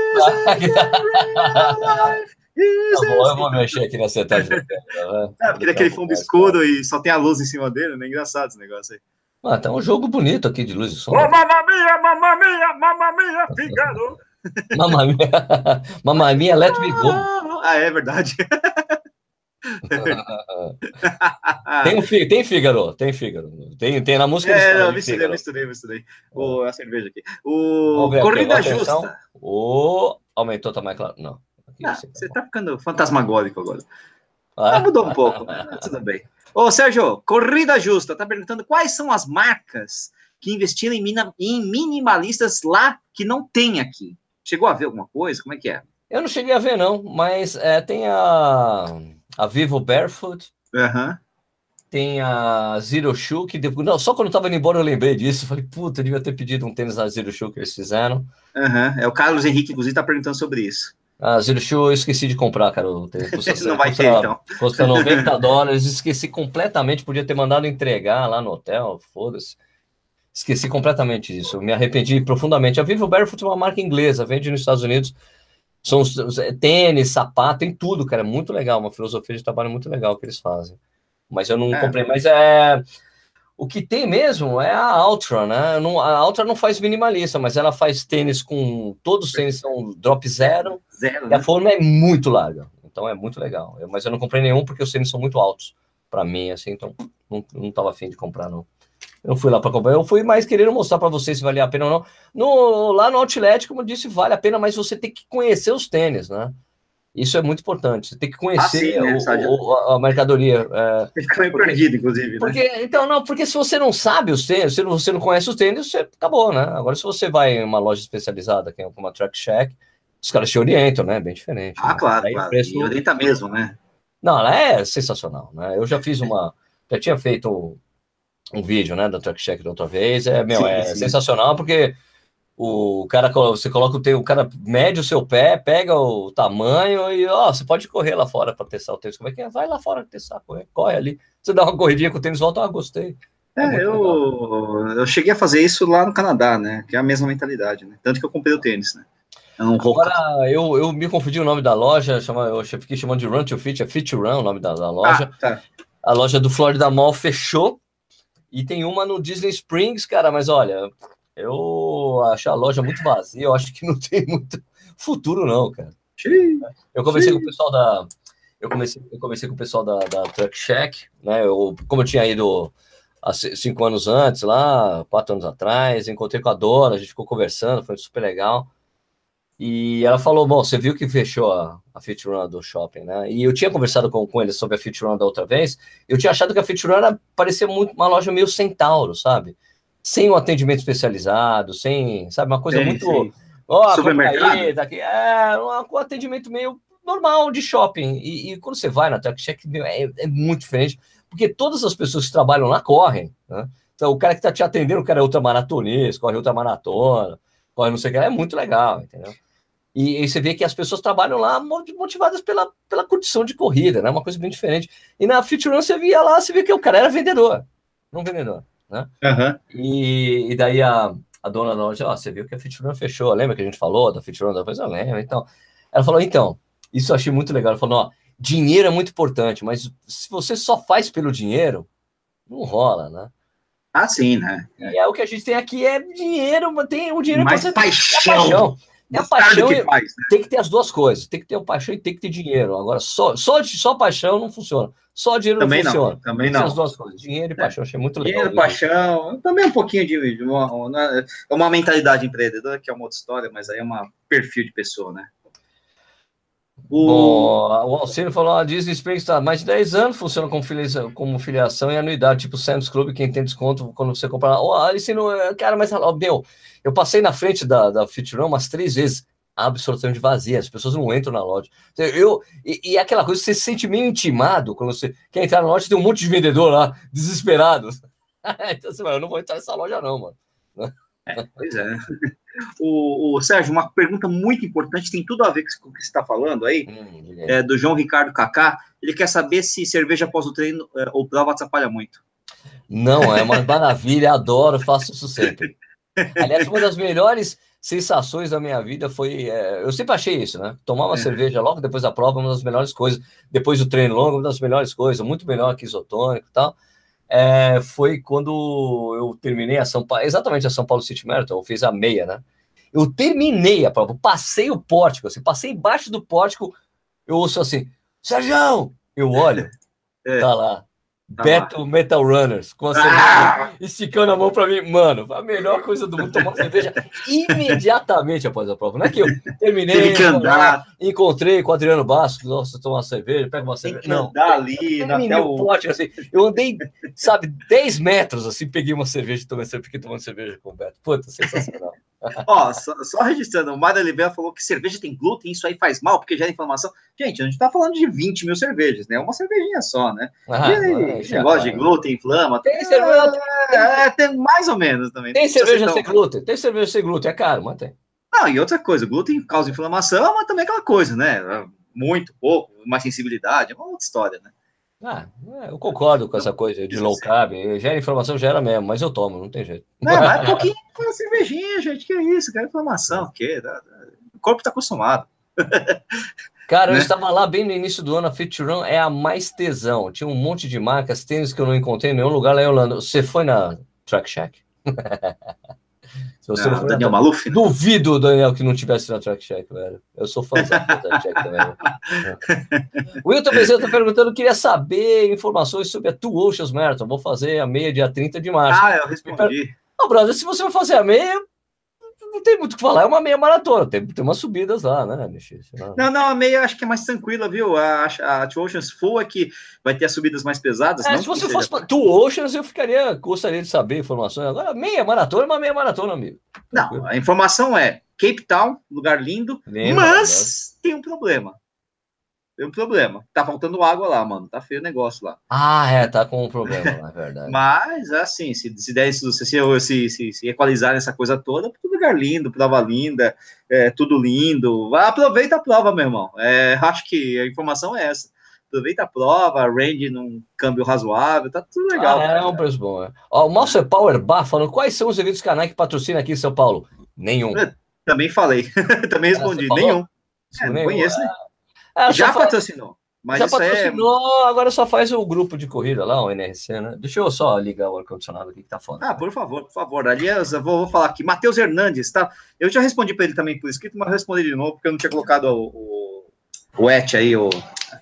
Tá bom, eu vou mexer aqui na setagem da câmera, né? É, porque aquele fundo escuro e só tem a luz em cima dele, né? Engraçado esse negócio aí. Ah, tá um jogo bonito aqui de luz e sombra. Oh, mamma mia, mamma mia, mamma mia, Figaro. Mamma mia, mamma mia, let me go. Ah, é verdade. Tem, um, tem Fígaro, tem Fígaro. Tem, tem na música. É, não, misturei, misturei, misturei. O, a cerveja aqui. O Corrida aqui, Justa. O... Aumentou, tá mais claro. Não. Aqui, ah, você tá ficando fantasmagórico agora. Ah, ah mudou um pouco, mas tudo bem. Ô, Sérgio, Corrida Justa tá perguntando quais são as marcas que investiram em, mina, em minimalistas lá que não tem aqui. Chegou a ver alguma coisa? Como é que é? Eu não cheguei a ver, não, mas é, tem a, a Vivo Barefoot, uhum. tem a Zero Shoe, que depois, não, só quando eu tava indo embora eu lembrei disso. Falei, puta, eu devia ter pedido um tênis da Zero Shoe que eles fizeram. Uhum. É o Carlos Henrique, inclusive, tá perguntando sobre isso. A Zero Shoe eu esqueci de comprar, cara. O tênis custa, não vai custa, ter, então. Custa noventa dólares, esqueci completamente, podia ter mandado entregar lá no hotel, foda-se. Esqueci completamente disso, me arrependi profundamente. A Vivo Barefoot é uma marca inglesa, vende nos Estados Unidos. São os, os, tênis, sapato, tem tudo, cara. É muito legal, uma filosofia de trabalho muito legal que eles fazem. Mas eu não é. comprei. Mas é o que tem mesmo é a Ultra, né? Não, a Ultra não faz minimalista, mas ela faz tênis com... Todos os tênis são drop zero. Zero, e né? a forma é muito larga. Então é muito legal. Eu, mas eu não comprei nenhum porque os tênis são muito altos para mim, assim. Então não, não tava afim de comprar, não. Eu fui lá para comprar, eu fui mais querendo mostrar para vocês se valia a pena ou não. No, lá no Outlet, como eu disse, vale a pena, mas você tem que conhecer os tênis, né? Isso é muito importante. Você tem que conhecer ah, sim, né? o, o, a mercadoria. É, Fica meio porque, perdido, inclusive. Porque, né? Então, não, porque se você não sabe os tênis, se você não conhece os tênis, você acabou, né? Agora, se você vai em uma loja especializada, que é uma Track Shack, os caras te orientam, né? Bem diferente. Ah, né? claro, Aí claro. Preço... E orienta mesmo, né? Não, ela é sensacional, né? Eu já fiz uma... Já tinha feito um vídeo, né, da Track Check da outra vez, é, meu, sim, é sim. sensacional, porque o cara, você coloca o teu, o cara mede o seu pé, pega o tamanho e, ó, você pode correr lá fora para testar o tênis, como é que é? Vai lá fora testar, corre, corre ali, você dá uma corridinha com o tênis, volta, ah, gostei. É, é eu, eu cheguei a fazer isso lá no Canadá, né, que é a mesma mentalidade, né, tanto que eu comprei o tênis, né. Eu não vou... Agora, eu, eu me confundi o nome da loja, chama, eu fiquei chamando de Run to Fit, é Fit to Run o nome da, da loja. Ah, tá. A loja do Florida Mall fechou, e tem uma no Disney Springs, cara, mas olha, eu acho a loja muito vazia, eu acho que não tem muito futuro, não, cara. Sim, eu conversei sim. com o pessoal da. Eu comecei, eu conversei com o pessoal da, da Truck Shack, né? Eu, como eu tinha ido há cinco anos antes, lá, quatro anos atrás, encontrei com a dona, a gente ficou conversando, foi super legal. E ela falou, bom, você viu que fechou a, a Fit Run do shopping, né? E eu tinha conversado com, com eles sobre a Fit Run da outra vez, eu tinha achado que a Fit Run era, parecia muito uma loja meio Centauro, sabe? Sem um atendimento especializado, sem, sabe, uma coisa sim, muito... Ó, oh, aí, daqui, é, um atendimento meio normal de shopping. E, e quando você vai na Track Check, é, é muito diferente, porque todas as pessoas que trabalham lá correm, né? Então, o cara que tá te atendendo, o cara é ultramaratonista, corre ultramaratona, corre não sei o que, é muito legal, entendeu? E, e você vê que as pessoas trabalham lá motivadas pela, pela curtição de corrida, né? Uma coisa bem diferente. E na Fit Run você via lá, você via que o cara era vendedor, não vendedor, né? Uhum. E, e daí a, a dona da loja, ó, você viu que a Fit Run fechou, lembra que a gente falou da Fit Run da vez? Eu lembro, então. Ela falou, então, isso eu achei muito legal. Ela falou, ó, dinheiro é muito importante, mas se você só faz pelo dinheiro, não rola, né? Ah, sim, né? E é o que a gente tem aqui, é dinheiro, tem o dinheiro... Mais paixão. É paixão. É a paixão que faz, né? Tem que ter as duas coisas. Tem que ter o paixão e tem que ter dinheiro. Agora, só, só, só paixão não funciona. Só dinheiro também não funciona. Não, também não. As duas coisas. Dinheiro e paixão. Achei muito legal. Dinheiro e paixão. Também um pouquinho de, de uma, uma, uma mentalidade empreendedora, que é uma outra história, mas aí é um perfil de pessoa, né? O... Bom, o Alcino falou, a Disney Springs está há mais de dez anos, funciona como filiação, como filiação e anuidade, tipo Sam's Club, quem tem desconto quando você comprar. Ô, Alcino, cara, mas, meu, eu passei na frente da, da Fit Run umas três vezes, absolutamente vazia, as pessoas não entram na loja. Eu, e, e aquela coisa, você se sente meio intimado quando você quer entrar na loja, tem um monte de vendedor lá, desesperado. Então, você vai, eu não vou entrar nessa loja não, mano. É, pois é. O, o Sérgio, uma pergunta muito importante, tem tudo a ver com o que você está falando aí, hum, é, do João Ricardo Kaká. Ele quer saber se cerveja após o treino é, ou prova atrapalha muito. Não, é uma maravilha, adoro, faço isso sempre. Aliás, uma das melhores sensações da minha vida foi... É, eu sempre achei isso, né? Tomar uma É. cerveja logo depois da prova é uma das melhores coisas. Depois do treino longo, uma das melhores coisas. Muito melhor que isotônico e tal. É, foi quando eu terminei a São Paulo... Exatamente a São Paulo City Marathon. Eu fiz a meia, né? Eu terminei a prova. Passei o pórtico, assim. Passei embaixo do pórtico. Eu ouço assim... Sérgio! Eu olho. É, Tá lá. tá lá. Battle Metal Runners, com a cerveja, Ah! esticando a mão pra mim. Mano, a melhor coisa do mundo, tomar uma cerveja imediatamente após a prova. Não é que eu terminei, Teve que fui lá, andar, encontrei com o Adriano Bastos, nossa, tomar uma cerveja, pega uma tem cerveja. que Não, andar ali, até terminei o o... pote, assim. Eu andei, sabe, dez metros, assim, peguei uma cerveja e tomei cerveja, fiquei tomando cerveja com o Beto. Puta, sensacional. Ó, só, só registrando, o Mário Oliveira falou que cerveja tem glúten, isso aí faz mal, porque gera inflamação. Gente, a gente tá falando de vinte mil cervejas, né? Uma cervejinha só, né? Ah, não é E esse encher a negócio de cara. glúten, inflama. Tem é, cerveja, tem, é, tem mais ou menos também. tem Não precisa ser cerveja tão- sem glúten, tem cerveja sem glúten, é caro, mas tem. Não, e outra coisa, glúten causa inflamação, mas também aquela coisa, né? Muito, pouco, mais sensibilidade, é uma outra história, né? Ah, é, eu concordo com Então, essa coisa de isso low assim. carb. Gera informação, gera mesmo, mas eu tomo, não tem jeito. Não, mas é pouquinho uma cervejinha, gente, que é isso, cara, inflamação, o quê? O corpo tá acostumado. Cara, eu Né? estava lá bem no início do ano, a Fit to Run é a mais tesão. Tinha um monte de marcas, tênis que eu não encontrei em nenhum lugar lá em Orlando. Você foi na Track Shack? Se você não Ah, foi na Daniel Track... Maluf, né? Duvido, Daniel, que não tivesse na Track Shack, velho. Eu sou fãzão da Track Shack também. Né? O Wilton Bezerra está perguntando, queria saber informações sobre a Two Oceans Marathon. Vou fazer a meia dia trinta de março. Ah, eu Per... respondi. Oh, brother, se você vai fazer a meia, não tem muito o que falar, é uma meia maratona, tem, tem umas subidas lá, né, Nishi? Não, não, a meia acho que é mais tranquila, viu? A, a Two Oceans Full é que vai ter as subidas mais pesadas, É, não se você seja... fosse para Two Oceans, eu ficaria, gostaria de saber informações. Agora, meia maratona é uma meia maratona, amigo. Não, a informação é Cape Town, lugar lindo, Lindo, mas tem um problema. Tem um problema. Tá faltando água lá, mano. Tá feio o negócio lá. Ah, é, tá com um problema lá, é verdade. Mas, assim, se, se, der, se, se, se, se, se equalizar essa coisa toda, tudo lugar lindo, prova linda, é, tudo lindo. Aproveita a prova, meu irmão. É, acho que a informação é essa. Aproveita a prova, range num câmbio razoável, tá tudo legal. Ah, é, é um preço bom. É. Ó, o Master Power Bar falando, quais são os eventos que a Nike patrocina aqui em São Paulo? Nenhum. Eu também falei, também respondi, ah, nenhum. É, não nenhum. conheço, né? É, já faz... patrocinou. Mas já isso patrocinou, é... agora só faz o grupo de corrida lá, o N R C, né? Deixa eu só ligar o ar-condicionado aqui que tá foda. Ah, por favor, por favor. Aliás, eu vou, vou falar aqui. Matheus Hernandes, tá? Eu já respondi para ele também por escrito, mas eu respondi de novo, porque eu não tinha colocado o, o, o et aí, o...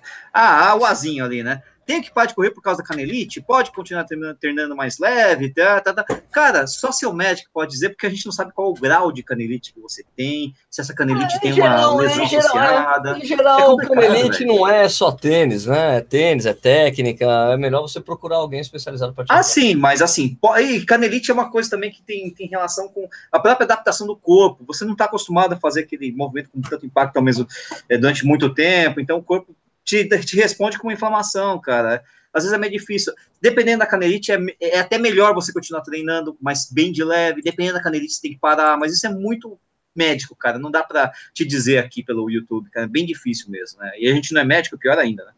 Ah, o azinho ali, né? Tem que parar de correr por causa da canelite? Pode continuar treinando, treinando mais leve? Tá, tá, tá. Cara, só seu médico pode dizer, porque a gente não sabe qual o grau de canelite que você tem, se essa canelite ah, tem geral, uma lesão em geral, associada. Em geral, é canelite não é só tênis, né? É tênis, é técnica. É melhor você procurar alguém especializado para te Ah, sim, mas assim, e canelite é uma coisa também que tem, tem relação com a própria adaptação do corpo. Você não está acostumado a fazer aquele movimento com tanto impacto ao mesmo, é, durante muito tempo, então o corpo Te, te responde com uma inflamação, cara. Às vezes é meio difícil. Dependendo da canelite, é, é até melhor você continuar treinando, mas bem de leve. Dependendo da canelite, você tem que parar. Mas isso é muito médico, cara. Não dá pra te dizer aqui pelo YouTube, cara. É bem difícil mesmo, né? E a gente não é médico, pior ainda,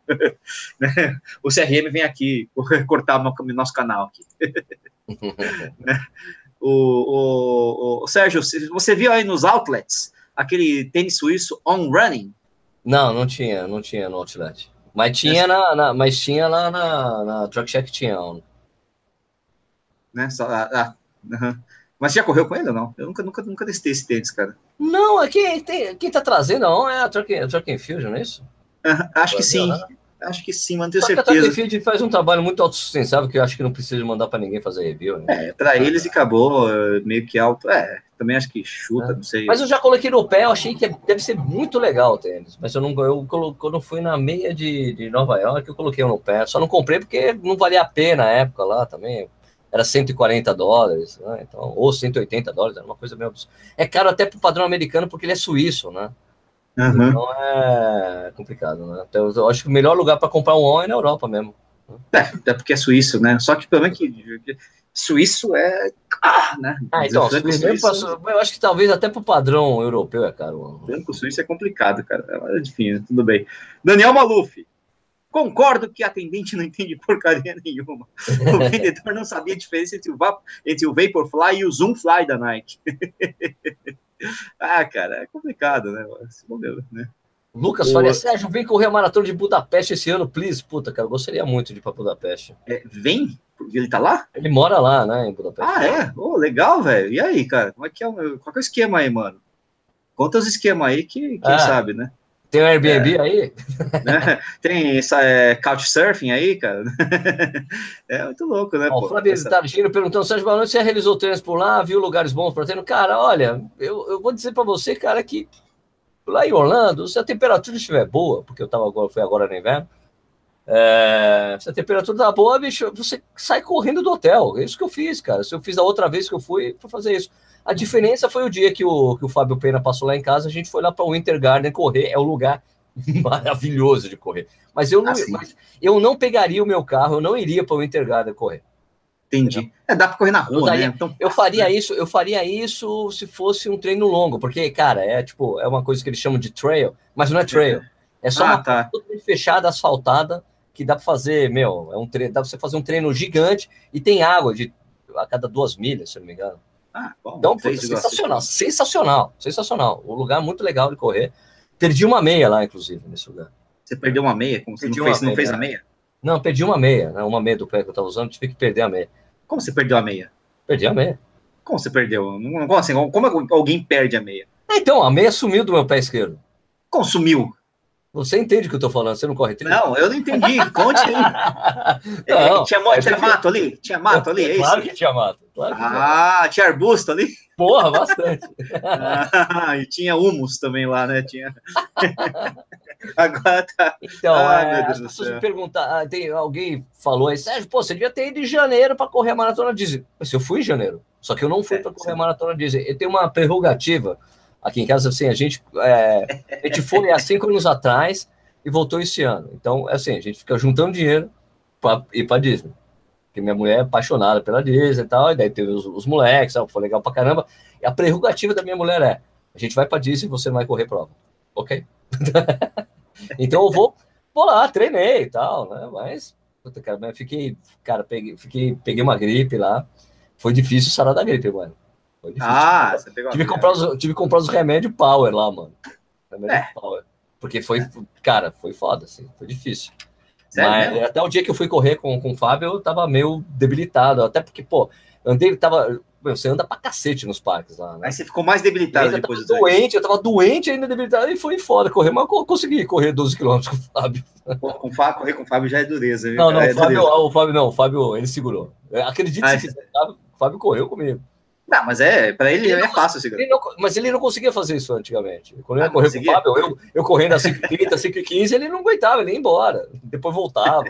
né? O C R M vem aqui cortar o nosso canal aqui. o, o, o Sérgio, você viu aí nos outlets aquele tênis suíço On Running? Não, não tinha, não tinha no Outlet. Mas tinha, na, na, mas tinha lá na, na Truck Shack, tinha. Né? Só, ah, ah, uh-huh. Mas você já correu com ele ou não? Eu nunca, nunca, nunca testei esse tênis, cara. Não, aqui tem, quem tá trazendo não é a Truck, a Truck Fusion, não é isso? Uh, acho que sim. Né? Acho que sim, mas não tenho Só certeza. Que a Truck Fusion faz um trabalho muito autossustentável que eu acho que não precisa mandar para ninguém fazer review. Né? É, para eles e acabou, meio que alto. É, também acho que chuta, é. Não sei. Mas eu já coloquei no pé, eu achei que deve ser muito legal o tênis. Mas eu não, eu, quando fui na meia de, de Nova York, eu coloquei no pé. Só não comprei porque não valia a pena na época lá também. Era cento e quarenta dólares, né? Então, ou cento e oitenta dólares, era uma coisa meio absurda. É caro até para o padrão americano porque ele é suíço, né? Uhum. Então é complicado, né? Então, eu acho que o melhor lugar para comprar um On é na Europa mesmo. É, até porque é suíço, né? Só que pelo menos que suíço é ah, né? Ah, então, suíço, suíço... eu acho que talvez até pro padrão europeu é caro. Branco suíço é complicado, cara. Enfim, tudo bem. Daniel Maluf. Concordo que a atendente não entende porcaria nenhuma. O vendedor não sabia a diferença entre o, entre o Vaporfly e o Zoomfly da Nike. Ah, cara, é complicado, né? Esse modelo, né? Lucas Faria, Sérgio, vem correr a maratona de Budapeste esse ano, please. Puta, cara, eu gostaria muito de ir pra Budapeste. É, vem? Ele tá lá? Ele mora lá, né, em Budapeste. Ah, é? Oh, legal, velho. E aí, cara? Como é que é o, qual que é o esquema aí, mano? Conta os esquemas aí que quem ah, sabe, né? Tem um Airbnb é. aí? Né? Tem essa é, Couchsurfing aí, cara? É muito louco, né? Ó, pô, o Flávio essa... Targino perguntando, Sérgio Barão, você realizou treinos por lá, viu lugares bons para treino? Cara, olha, eu, eu vou dizer para você, cara, que lá em Orlando, se a temperatura estiver boa, porque eu tava agora, foi agora no inverno, é, se a temperatura tá boa, bicho, você sai correndo do hotel. É isso que eu fiz, cara. Se eu fiz a outra vez que eu fui, fui fazer isso. A diferença foi o dia que o, que o Fábio Pena passou lá em casa, a gente foi lá para o Winter Garden correr, é um lugar maravilhoso de correr. Mas eu não, ah, mas eu não pegaria o meu carro, eu não iria para o Winter Garden correr. Entendi. É, dá para correr na rua, eu daria, né? Então, eu faria isso, eu faria isso se fosse um treino longo, porque, cara, é tipo, é uma coisa que eles chamam de trail, mas não é trail. É só ah, uma tá. totalmente fechada, asfaltada, que dá para fazer, meu, é um treino, dá para você fazer um treino gigante e tem água de a cada duas milhas, se eu não me engano. Ah, bom, então, pô, sensacional, sensacional, sensacional. Um lugar muito legal de correr. Perdi uma meia lá, inclusive, nesse lugar. Você perdeu uma meia? Como você não fez, não fez a meia? Não, perdi uma meia, né? Uma meia do pé que eu estava usando, tive que perder a meia. Como você perdeu a meia? Perdi a meia. Como você perdeu? Como assim? Como alguém perde a meia? Então, a meia sumiu do meu pé esquerdo. Como sumiu? Você entende o que eu tô falando, você não corre treino? Não, eu não entendi, conte aí. Não, é, tinha, é, tinha mato ali? Tinha mato ali, é claro isso? Que tinha mato. Claro que ah, tinha mato. Tinha arbusto ali? Porra, bastante. Ah, e tinha humus também lá, né? Tinha... Agora tá... Então, Ai, é, as pessoas me perguntam, tem, alguém falou aí, Sérgio, pô, você devia ter ido em janeiro para correr a Maratona Disney. Mas eu fui em janeiro, só que eu não fui é, para correr sim. a Maratona Disney. Eu tenho uma prerrogativa aqui em casa, assim, a gente, é, a gente foi há cinco anos atrás e voltou esse ano. Então, assim, a gente fica juntando dinheiro para ir para Disney. Porque minha mulher é apaixonada pela Disney e tal, e daí teve os, os moleques, sabe, foi legal pra caramba. E a prerrogativa da minha mulher é, a gente vai pra Disney e você não vai correr prova. Ok? Então eu vou, vou lá, treinei e tal, né? Mas, puta, cara, mas fiquei, cara, peguei, fiquei, peguei uma gripe lá. Foi difícil sarar da gripe, mano. Foi difícil. Ah, você pegou tive, que comprar os, tive que comprar os remédios Power lá, mano. Remédio é. Power. Porque foi, cara, foi foda, assim, foi difícil. Sério, mas mesmo? Até o dia que eu fui correr com, com o Fábio, eu tava meio debilitado. Até porque, pô, andei, tava. Meu, você anda pra cacete nos parques lá, né? Aí você ficou mais debilitado depois do doente, eu tava doente ainda debilitado e foi foda correr, mas eu consegui correr doze quilômetros com o Fábio. Pô, com o Fábio, correr com o Fábio já é dureza, viu? Não, não, é o, Fábio, o Fábio não, o Fábio, ele segurou. Acredite se quiser, o Fábio correu comigo. Não, mas é, pra ele, ele é fácil segurar. Ele não, mas ele não conseguia fazer isso antigamente. Quando eu ia ah, correr com o Fábio, eu, eu correndo a cinco e trinta, cinco e quinze, ele não aguentava, ele ia embora. Depois voltava.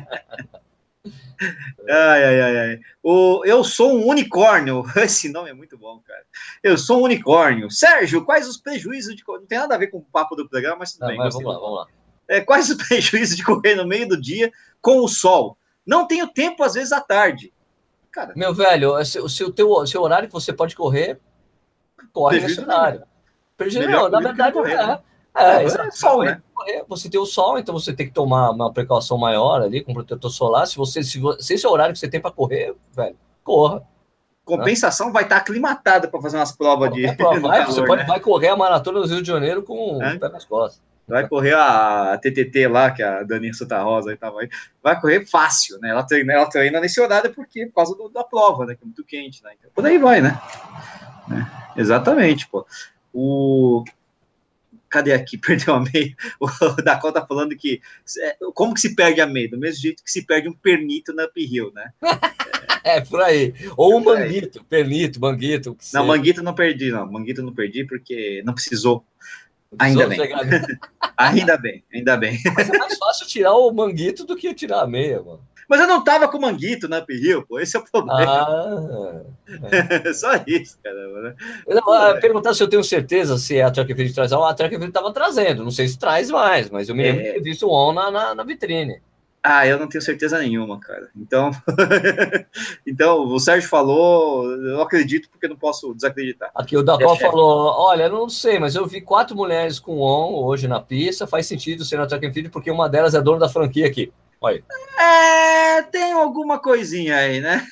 Ai, ai, ai, ai. O, eu sou um unicórnio. Esse nome é muito bom, cara. Eu sou um unicórnio. Sérgio, quais os prejuízos de... Não tem nada a ver com o papo do programa, mas tudo não, bem. Mas vamos lá, vamos lá. É, quais os prejuízos de correr no meio do dia com o sol? Não tenho tempo, às vezes, à tarde. Cara, meu velho, se, se o teu se o horário que você pode correr, corre nesse horário. Prejuízo não, na verdade correr, é. Né? É, é, é sol, né? Você tem o sol, então você tem que tomar uma precaução maior ali com protetor solar. Se você se, se esse é o horário que você tem para correr, velho, corra. Compensação, né? Vai estar aclimatada para fazer umas provas de. Prova, vai, calor, você né? pode, vai correr a maratona do Rio de Janeiro com é? o pé nas costas. Vai correr a T T T lá, que a Daninha Santa Rosa aí tava aí. Vai correr fácil, né? Ela treina, ela treina nesse horário porque, por causa do, da prova, né? Que é muito quente, né? Então, por aí vai, né? É, exatamente, pô. O. Cadê aqui? Perdeu a meia. O Dakota tá falando que. Como que se perde a meia? Do mesmo jeito que se perde um pernito na uphill, né? É, por aí. Ou um manguito, pernito, manguito. Não, seja. Manguito não perdi, não. Manguito não perdi porque não precisou. Ainda bem. ainda bem, ainda bem. Mas é mais fácil tirar o manguito do que tirar a meia, mano. Mas eu não tava com o manguito na uphill, pô. Esse é o problema. Ah, é. Só isso, caramba, né? Eu, perguntar se eu tenho certeza se a Track Field traz. A Track Field tava trazendo. Não sei se traz mais, mas eu me lembro é. de ter visto o On na, na, na vitrine. Ah, eu não tenho certeza nenhuma, cara. Então, então o Sérgio falou, eu acredito porque não posso desacreditar. Aqui o Dacó falou, olha, não sei, mas eu vi quatro mulheres com on hoje na pista, faz sentido ser na Track and Field, porque uma delas é dona da franquia aqui. Olha. É, tem alguma coisinha aí, né?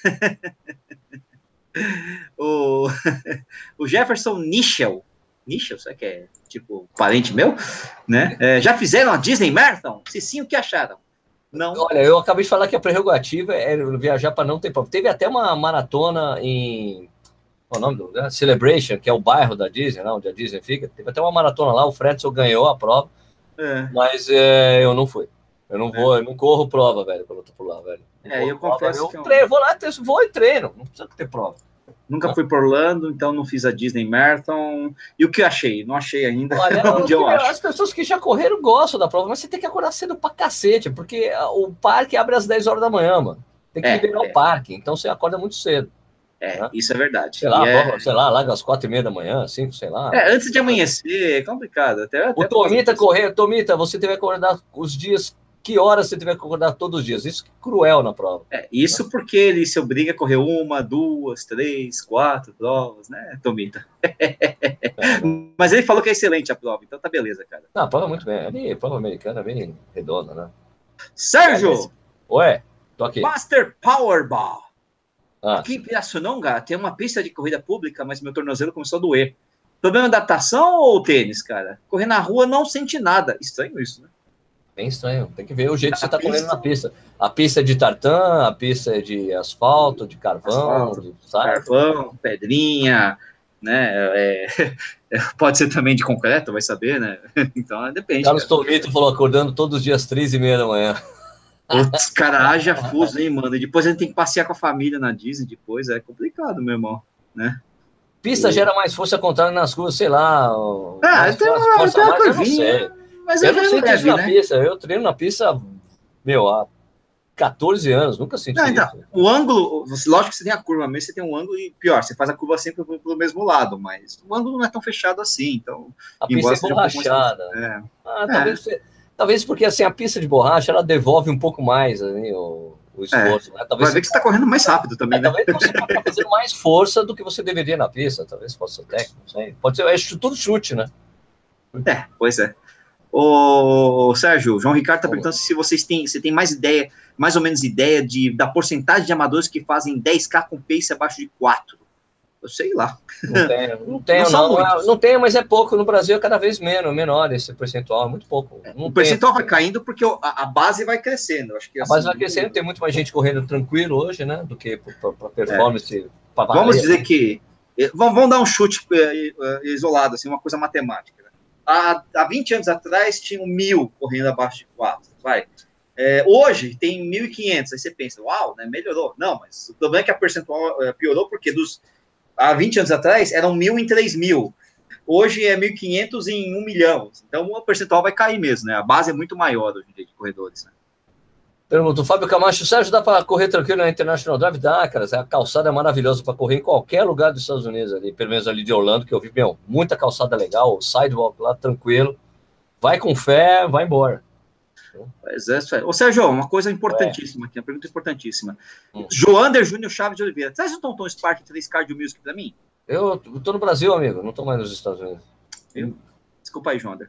o, o Jefferson Nichel, Nichel, será que é tipo parente meu? Né? É, já fizeram a Disney Marathon? Se sim, o que acharam? Não. Olha, eu acabei de falar que a prerrogativa é viajar para não ter problema. Teve até uma maratona em... Qual é o nome do lugar? Celebration, que é o bairro da Disney, né, onde a Disney fica. Teve até uma maratona lá, o Fredson ganhou a prova, é. mas é, eu não fui. Eu não vou, é. eu não corro prova, velho, quando eu tô por lá, velho. Não é, eu prova, confesso eu que... Eu... Treino, vou lá, vou e treino, não precisa ter prova. Nunca não. fui por Orlando, então não fiz a Disney Marathon. E o que eu achei? Não achei ainda. Olha, onde eu acho. As pessoas que já correram gostam da prova, mas você tem que acordar cedo pra cacete, porque o parque abre às dez horas da manhã, mano. Tem que é, liberar é. o parque, então você acorda muito cedo. É, né? Isso é verdade. Sei lá, é... sei lá, larga às quatro e meia da manhã, cinco, sei lá. É, antes de amanhecer, é complicado. Até, até o Tomita correr, Tomita, você teve que acordar os dias, que horas você teve que acordar todos os dias? Isso é cruel na prova. É, isso porque ele se obriga a correr uma, duas, três, quatro provas, né, Tomita? É, mas ele falou que é excelente a prova, então tá beleza, cara. Não, a prova é muito bem. Ali, a prova americana é bem redonda, né? Sérgio! É, ué, tô aqui. Master Powerball. Ah. Aqui em Pirassununga tem uma pista de corrida pública, mas meu tornozelo começou a doer. Problema de adaptação ou tênis, cara? Correr na rua não sente nada. Estranho isso, né? Bem estranho. Tem que ver o jeito a que você tá pista... correndo na pista. A pista é de tartan, a pista é de asfalto, de carvão, asfalto, de carvão, pedrinha, né? É... Pode ser também de concreto, vai saber, né? Então depende. Carlos Tomito falou acordando todos os dias três e meia da manhã. Putz, cara, haja fuso, hein, mano? E depois a gente tem que passear com a família na Disney, depois é complicado, meu irmão, né? Pista e... gera mais força contrária nas ruas, sei lá. Ah, tem uma, força tem uma mais, curvinha, eu não sei. Mas eu não sinto isso na né? pista, eu treino na pista, meu, há quatorze anos, nunca senti não, então, isso. O ângulo, lógico que você tem a curva, mas você tem um ângulo e pior, você faz a curva sempre pelo mesmo lado, mas o ângulo não é tão fechado assim, então... A pista é borrachada. Um é. Ah, é. talvez você... Talvez porque assim, a pista de borracha ela devolve um pouco mais assim, o, o esforço. É, né? Talvez vai ver que você está correndo mais rápido também. É, né? Talvez você está fazendo mais força do que você deveria na pista. Talvez possa ser técnico, não sei. Pode ser, é tudo chute, né? É, pois é. Ô, Sérgio, o João Ricardo está perguntando se vocês têm, você tem mais ideia, mais ou menos ideia de, da porcentagem de amadores que fazem dez K com pace abaixo de quatro. Eu sei lá. Não tenho, não tenho, não. Não, não tenho, mas é pouco. No Brasil é cada vez menos, menor esse percentual, é muito pouco. Não o percentual tem. vai caindo porque a, a base vai crescendo. Acho que a assim, base vai crescendo, tem muito mais gente correndo tranquilo hoje, né? Do que para performance. É. Pra vamos dizer que. Vamos, vamos dar um chute isolado, assim, uma coisa matemática. Né? Há, há vinte anos atrás tinham mil correndo abaixo de quatro. Vai. É, hoje tem mil e quinhentos. Aí você pensa, uau, né, melhorou. Não, mas o problema é que a percentual piorou porque dos. Há vinte anos atrás, eram mil em três mil. Hoje é mil e quinhentos em um milhão. Então, o percentual vai cair mesmo, né? A base é muito maior hoje em dia de corredores, né? Pergunta, o Fábio Camacho, Sérgio, dá para correr tranquilo na International Drive? Dá, cara. A calçada é maravilhosa para correr em qualquer lugar dos Estados Unidos, ali, pelo menos ali de Orlando, que eu vi, meu, muita calçada legal, o sidewalk lá, tranquilo. Vai com fé, vai embora. Pois é, isso aí. Ô, Sérgio, uma coisa importantíssima é. aqui, uma pergunta importantíssima. Hum. Joander Júnior Chaves de Oliveira, traz o Tonton Spark três Cardio Music para mim? Eu tô no Brasil, amigo, não tô mais nos Estados Unidos. Eu? Desculpa aí, Joander.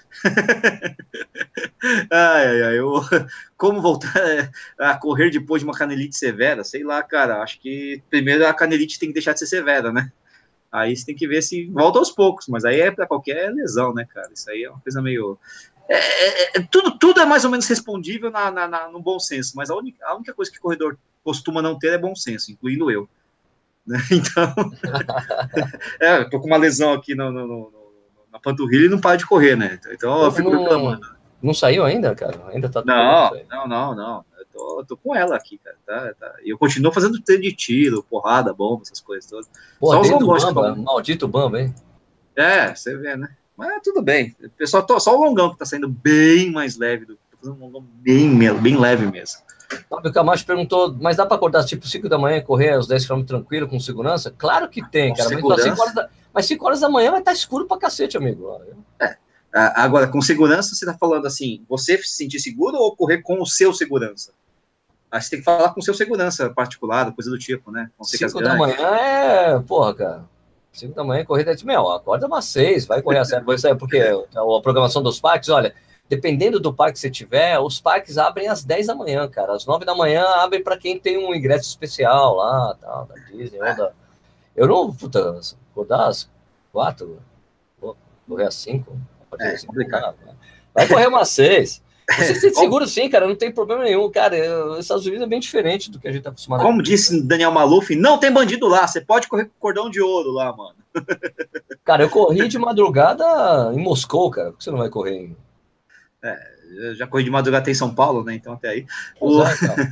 ai, ai, ai, eu, como voltar a correr depois de uma canelite severa? Sei lá, cara, acho que primeiro a canelite tem que deixar de ser severa, né? Aí você tem que ver se volta aos poucos, mas aí é para qualquer lesão, né, cara? Isso aí é uma coisa meio... É, é, é, tudo, tudo é mais ou menos respondível na, na, na, no bom senso, mas a única, a única coisa que o corredor costuma não ter é bom senso, incluindo eu. Né? Então, é, eu tô com uma lesão aqui no, no, no, na panturrilha e não para de correr, né? Então eu fico não, reclamando. Não saiu ainda, cara? Ainda tá Não, não, não, não. Eu tô, eu tô com ela aqui, cara. Tá, tá. E eu continuo fazendo treino de tiro, porrada, bomba, essas coisas todas. Pô, só os longões, Bamba, maldito Bamba, hein? É, você vê, né? Mas tudo bem. Pessoal, tô, só o longão que tá saindo bem mais leve. Do, tô fazendo um longão bem, bem leve mesmo. Fábio Camacho perguntou, mas dá para acordar tipo cinco da manhã e correr aos dez quilômetros tranquilo, com segurança? Claro que tem, com cara. Mas cinco, horas da, mas cinco horas da manhã vai estar escuro pra cacete, amigo. É. Agora, com segurança, você está falando assim, você se sentir seguro ou correr com o seu segurança? Aí você tem que falar com o seu segurança particular, coisa do tipo, né? cinco da manhã é, porra, cara. cinco da manhã, corrida de meu, acorda umas seis, vai correr a sério. Porque a programação dos parques, olha, dependendo do parque que você tiver, os parques abrem às dez da manhã, cara. Às nove da manhã abrem para quem tem um ingresso especial lá, tal, da Disney, ou da... Eu não, puta, acordar às quatro, vou correr às cinco. É, assim, vai correr umas seis. Você se sente seguro sim, cara, não tem problema nenhum. Cara, os Estados Unidos é bem diferente do que a gente tá acostumado. Como a disse Daniel Maluf, não tem bandido lá, você pode correr com cordão de ouro lá, mano. Cara, eu corri de madrugada em Moscou, cara. Por que você não vai correr em... É, eu já corri de madrugada em São Paulo, né, então até aí. O... É, então.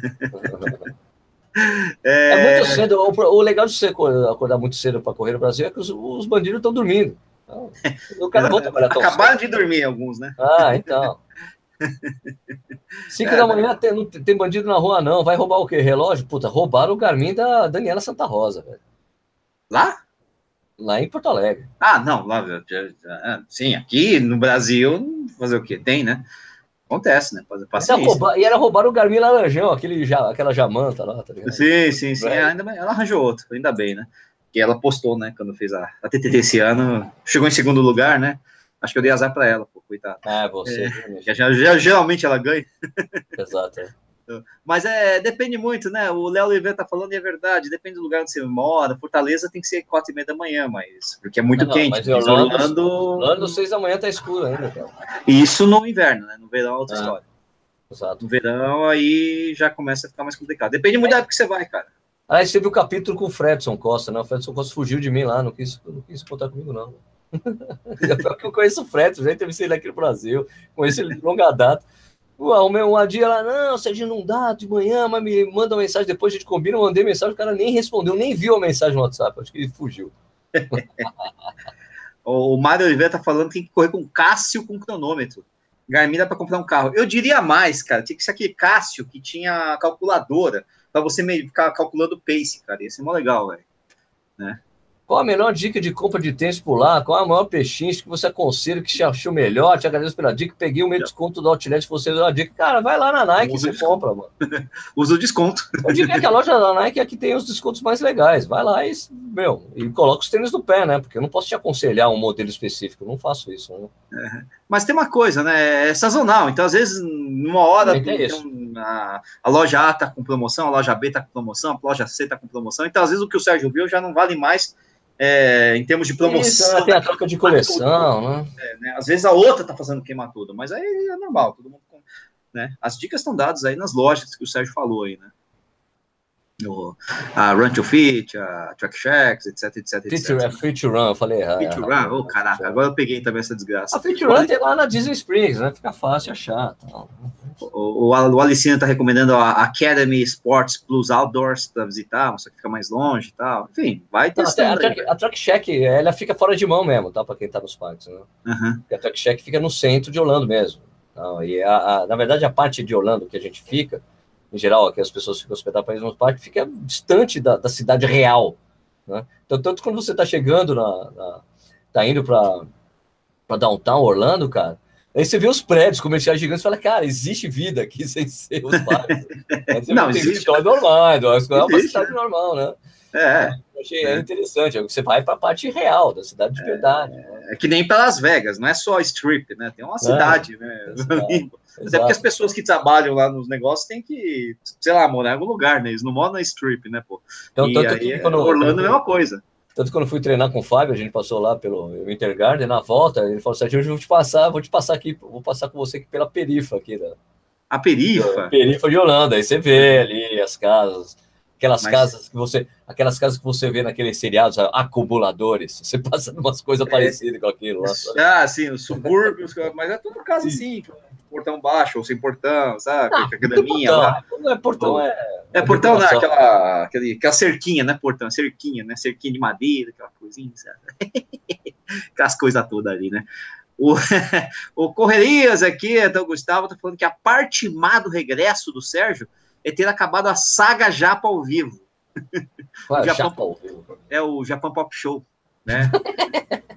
é... é muito cedo, o, o legal de você acordar muito cedo para correr no Brasil é que os, os bandidos estão dormindo. Então, o cara não trabalhar tão Acabaram cedo. de dormir alguns, né? Ah, então. Cinco é, da manhã tem, não tem bandido na rua, não. Vai roubar o quê? Relógio? Puta, roubaram o Garmin da Daniela Santa Rosa, velho. Lá? Lá em Porto Alegre. Ah, não. Lá, sim, aqui no Brasil, fazer o quê? Tem, né? Acontece, né? Era roubar, e era roubar o Garmin Laranjão, aquele, aquela jamanta lá, tá ligado? Sim, sim, sim. Ainda, ela arranjou outro, ainda bem, né? Que ela postou, né? Quando fez a, a T T T esse ano, chegou em segundo lugar, né? Acho que eu dei azar pra ela, pô, coitada. Ah, você. É, já, já, geralmente ela ganha. Exato. É. Mas é, depende muito, né? O Léo Oliveira tá falando e é verdade, depende do lugar onde você mora. Fortaleza tem que ser quatro e meia da manhã, mas porque é muito não, quente. Mas em Orlando, Orlando... Orlando, seis da manhã tá escuro ainda, cara. Isso no inverno, né? No verão é outra ah, história. Exato. No verão aí já começa a ficar mais complicado. Depende muito é. da época que você vai, cara. Aí você viu o capítulo com o Fredson Costa, né? O Fredson Costa fugiu de mim lá, não quis, não quis contar comigo, não. Eu conheço o Fredson, já entrevistei ele aqui no Brasil, conheço ele de longa data. Um dia lá, não, Serginho, não dá de manhã, mas me manda uma mensagem, depois a gente combina, eu mandei mensagem, o cara nem respondeu, nem viu a mensagem no WhatsApp, acho que ele fugiu. O Mário Oliveira tá falando que tem que correr com Cássio com cronômetro. Garmin dá para comprar um carro. Eu diria mais, cara, tinha que ser aquele Cássio que tinha calculadora, para você ficar calculando o pace, cara, ia ser mó legal, velho. Né? Qual a melhor dica de compra de tênis por lá? Qual a maior pechincha que você aconselha, que você achou melhor? Te agradeço pela dica. Peguei o meu desconto do Outlet que você deu a dica. Cara, vai lá na Nike e você compra, mano. Usa o desconto. Eu diria que a loja da Nike é que tem os descontos mais legais. Vai lá e, meu, e coloca os tênis no pé, né? Porque eu não posso te aconselhar um modelo específico. Eu não faço isso, né? É, mas tem uma coisa, né? É sazonal. Então, às vezes, numa hora, então, a, a loja A tá com promoção, a loja B tá com promoção, a loja C tá com promoção. Então, às vezes, o que o Sérgio viu já não vale mais. É, em termos de promoção. Isso, tem a troca de coleção, né? É, né? Às vezes a outra tá fazendo queimar tudo, mas aí é normal, todo mundo, né? As dicas estão dadas aí nas lojas que o Sérgio falou aí, né? O, a Run to Fit, a Track Shacks, etc, etc, etc. É Fit to Run, eu falei errado. Fit to Run, oh, caraca, agora eu peguei também essa desgraça. A Fit to Run tem lá na Disney Springs, né? Fica fácil achar. Tá? O, o, o Alicino tá recomendando a Academy Sports Plus Outdoors para visitar, só que fica mais longe e tal. Enfim, vai ter. A, a, a Track Shack, ela fica fora de mão mesmo, tá? Para quem tá nos parques, né? Uhum. A Track Shack fica no centro de Orlando mesmo. Então, e a, a, na verdade, a parte de Orlando que a gente fica, em geral, que as pessoas ficam hospedadas para ir nos parques, fica distante da, da cidade real, né? Então, tanto quando você tá chegando, na, na tá indo para downtown Orlando, cara, aí você vê os prédios comerciais gigantes e fala, cara, existe vida aqui sem ser os parques. Não, existe. É normal, é uma cidade normal, né? É. Eu achei é. interessante, você vai para a parte real da cidade de verdade. É, né? É que nem para Las Vegas, não é só strip, né? Tem uma cidade, é, né? Exato. Até porque as pessoas que trabalham lá nos negócios têm que, sei lá, morar em algum lugar, né? Eles não moram na strip, né, pô? Então, e tanto aí, que quando, Orlando é a mesma coisa. Tanto que quando eu fui treinar com o Fábio, a gente passou lá pelo Wintergarden, na volta, ele falou assim, eu vou te passar, vou te passar aqui, vou passar com você aqui pela perifa aqui. Da, a perifa? Da perifa de Orlando, aí você vê ali as casas, aquelas Mas... casas que você, aquelas casas que você vê naqueles seriados, acumuladores, você passa umas coisas é. parecidas com aquilo lá. Sabe? Ah, sim, os subúrbios, mas é tudo casa assim, portão baixo ou sem portão, sabe? Ah, caminha lá. Não é portão, é... É portão, né? Aquela, aquele, aquela cerquinha, né? Portão, cerquinha, né? Cerquinha de madeira, aquela coisinha, sabe? Aquelas coisas todas ali, né? O, o Correrias aqui, então, o Gustavo tá falando que a parte má do regresso do Sérgio é ter acabado a saga Japa ao vivo. Ué, o Japão, Japa ao vivo. É o Japão Pop Show, né?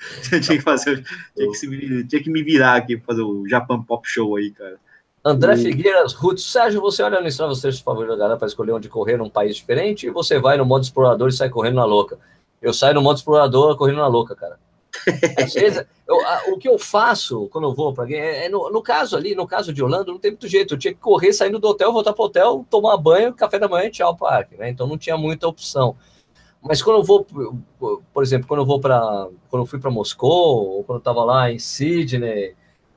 tinha que fazer, tinha que, se, tinha que me virar aqui pra fazer o Japan Pop Show aí, cara. André o... Figueiras, Ruth, Sérgio, você olha no Strava, você favorito da galera para escolher onde correr num país diferente, e você vai no modo explorador e sai correndo na louca. Eu saio no modo explorador correndo na louca, cara. Às vezes, eu, a, o que eu faço quando eu vou para alguém, é, é no, no caso ali, no caso de Orlando, não tem muito jeito. Eu tinha que correr saindo do hotel, voltar para o hotel, tomar banho, café da manhã e tchau, parque, né? Então não tinha muita opção. Mas quando eu vou, por exemplo, quando eu vou para, quando eu fui para Moscou, ou quando eu estava lá em Sydney,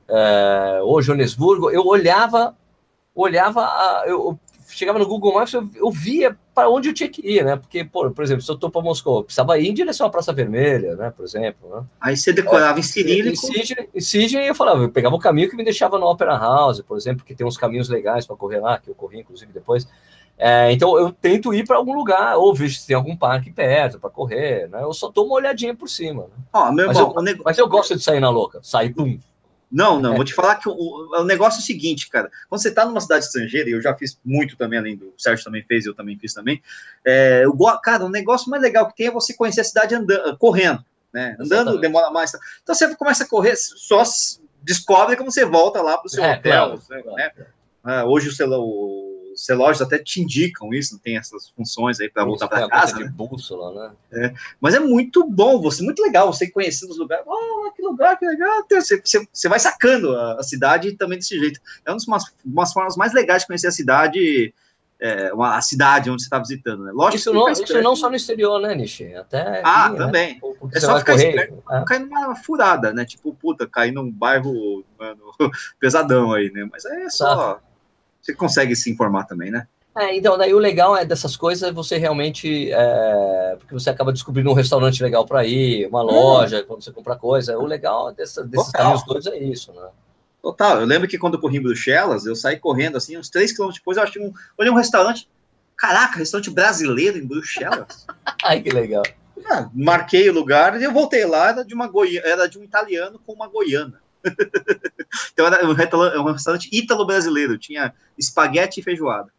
é, ou Joanesburgo, eu olhava, olhava, eu, eu chegava no Google Maps, eu, eu via para onde eu tinha que ir, né? Porque, por, por exemplo, se eu estou para Moscou, eu precisava ir em direção à Praça Vermelha, né? Por exemplo, né? Aí você decorava é, em cirílico. Em Sydney, em Sydney, eu falava, eu pegava o caminho que me deixava no Opera House, por exemplo, que tem uns caminhos legais para correr lá, que eu corri, inclusive, depois. É, então, eu tento ir para algum lugar, ou vejo se tem algum parque perto para correr, né? Eu só dou uma olhadinha por cima. Né? Ó, meu mas, irmão, eu, nego... mas eu gosto de sair na louca, sair, pum. Não, não, vou te falar que o, o negócio é o seguinte, cara. Quando você tá numa cidade estrangeira, e eu já fiz muito também, além do o Sérgio também fez, eu também fiz também. É, eu, cara, o negócio mais legal que tem é você conhecer a cidade andando, correndo, né? Andando Exatamente. Demora mais. Então você começa a correr, só descobre como você volta lá pro seu é, hotel. Claro, né? Claro. Ah, hoje o celular. Os relógios até te indicam isso, tem essas funções aí para voltar para casa. Né? De bússola, né? É, mas é muito bom, você muito legal você conhecer os lugares. Oh, que lugar, que legal. Você, você, você vai sacando a, a cidade também desse jeito. É uma das umas formas mais legais de conhecer a cidade, é, uma, a cidade onde você está visitando. Né? Lógico isso, não, isso não só no exterior, né, Nishi? Até ah, aqui, também. Né? É só ficar correr, esperto, é. cair numa furada, né? Tipo, puta, cair num bairro mano, pesadão aí, né? Mas é só. Exato. Você consegue se informar também, né? É, então, daí o legal é dessas coisas é você realmente, é, porque você acaba descobrindo um restaurante legal para ir, uma loja, hum. quando você compra coisa. O legal dessa, desses Total. caminhos todos é isso, né? Total. Eu lembro que quando eu corri em Bruxelas, eu saí correndo, assim, uns três quilômetros depois, eu achei um, olhei um restaurante, caraca, restaurante brasileiro em Bruxelas. Ai, que legal. Ah, marquei o lugar e eu voltei lá, era de, uma goi... era de um italiano com uma goiana. Então era um restaurante, um restaurante ítalo-brasileiro, tinha espaguete e feijoada.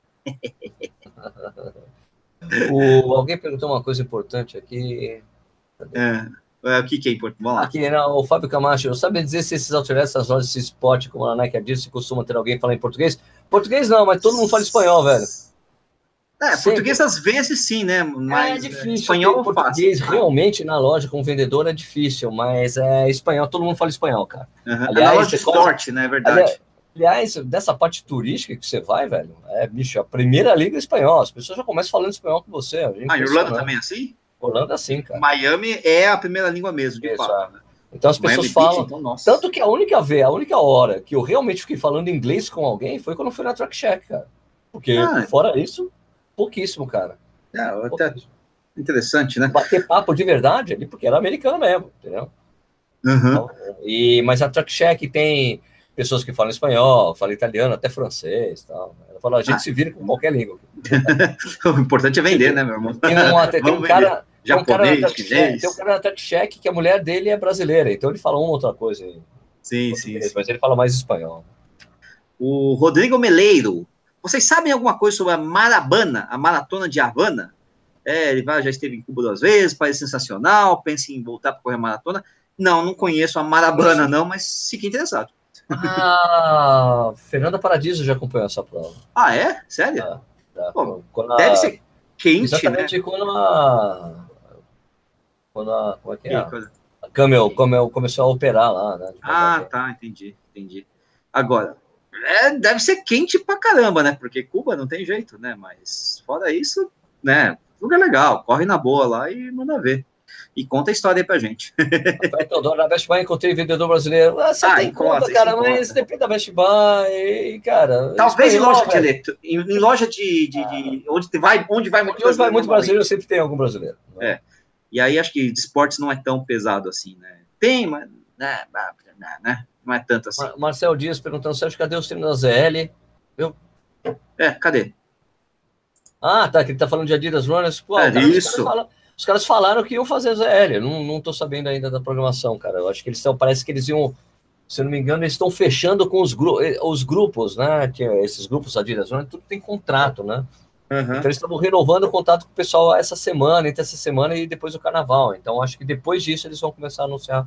o, alguém perguntou uma coisa importante aqui. É, é, o que, que é importante? Vamos lá. Aqui, não, o Fábio Camacho, eu sabe dizer se esses outlets, essas lojas de esporte, como a Nike Adidas, se costuma ter alguém falar em português? Português não, mas todo mundo fala espanhol, velho. É, Sempre. Português às vezes sim, né? Mas é difícil. Espanhol português fácil. Realmente na loja com vendedor é difícil, mas é espanhol, todo mundo fala espanhol, cara. Uhum. Aliás, é na loja de esporte, né? É verdade. Aliás, aliás, dessa parte turística que você vai, velho, é, bicho, a primeira língua é espanhol. As pessoas já começam falando espanhol com você. Ah, em Orlando também é assim? Orlando é assim, cara. Miami é a primeira língua mesmo, de Isso, fato. é. Então as pessoas Miami falam. Beach, então, tanto que a única vez, a única hora que eu realmente fiquei falando inglês com alguém foi quando eu fui na Track Shack, cara. Porque ah, fora isso, pouquíssimo, cara. É, até interessante, né? Bater papo de verdade ali, porque era americano mesmo, entendeu? Uhum. Então, e, mas a Track Shack tem pessoas que falam espanhol, falam italiano, até francês, tal. Ela fala, a gente ah. se vira com qualquer língua. O importante é vender, né, meu irmão? Tem um, tem um cara, japonês, tem um chinês. Tem um cara na Track Shack que a mulher dele é brasileira, então ele fala uma outra coisa. Aí, sim, sim, sim. Mas ele fala mais espanhol. O Rodrigo Meleiro. Vocês sabem alguma coisa sobre a Marabana, a maratona de Havana? É, ele vai, já esteve em Cuba duas vezes, parece sensacional, pensa em voltar para correr maratona. Não, não conheço a Marabana, não, mas fiquei interessado. Ah, Fernanda Paradiso já acompanhou essa prova. Ah, é? Sério? Ah, tá. Pô, quando deve a, ser quente, exatamente, né? Quando a... Quando a... Como é que é? Que coisa? A Camel, Camel começou a operar lá, né? Ah, tá, entendi, entendi. Agora, é, deve ser quente pra caramba, né? Porque Cuba não tem jeito, né? Mas fora isso, né? Lugar legal, corre na boa lá e manda ver. E conta a história aí pra gente. Na Best Buy encontrei vendedor brasileiro. Ah, você ah, tem conta, conta, cara, mas conta. Depende da Best Buy, e, cara... Talvez espanhol, em loja velho. de eletro... em, em loja de... de, de ah. onde, vai, onde vai muito brasileiro. Onde vai muito brasileiro, sempre tem algum brasileiro. Não? É. E aí acho que de esportes não é tão pesado assim, né? Tem, mas... Né, né? Não é tanto assim. Mar Marcel Dias perguntando, Sérgio, cadê os treinos da Z L? Eu... É, cadê? Ah, tá, que ele tá falando de Adidas Runners. Pô, é cara, isso. Os caras, falam, os caras falaram que iam fazer Z L. Eu não, não tô sabendo ainda da programação, cara. Eu acho que eles estão, parece que eles iam, se eu não me engano, eles estão fechando com os, gru os grupos, né? Que esses grupos Adidas Runners, tudo tem contrato, né? Uhum. Então eles estavam renovando o contato com o pessoal essa semana, entre essa semana e depois do carnaval. Então acho que depois disso eles vão começar a anunciar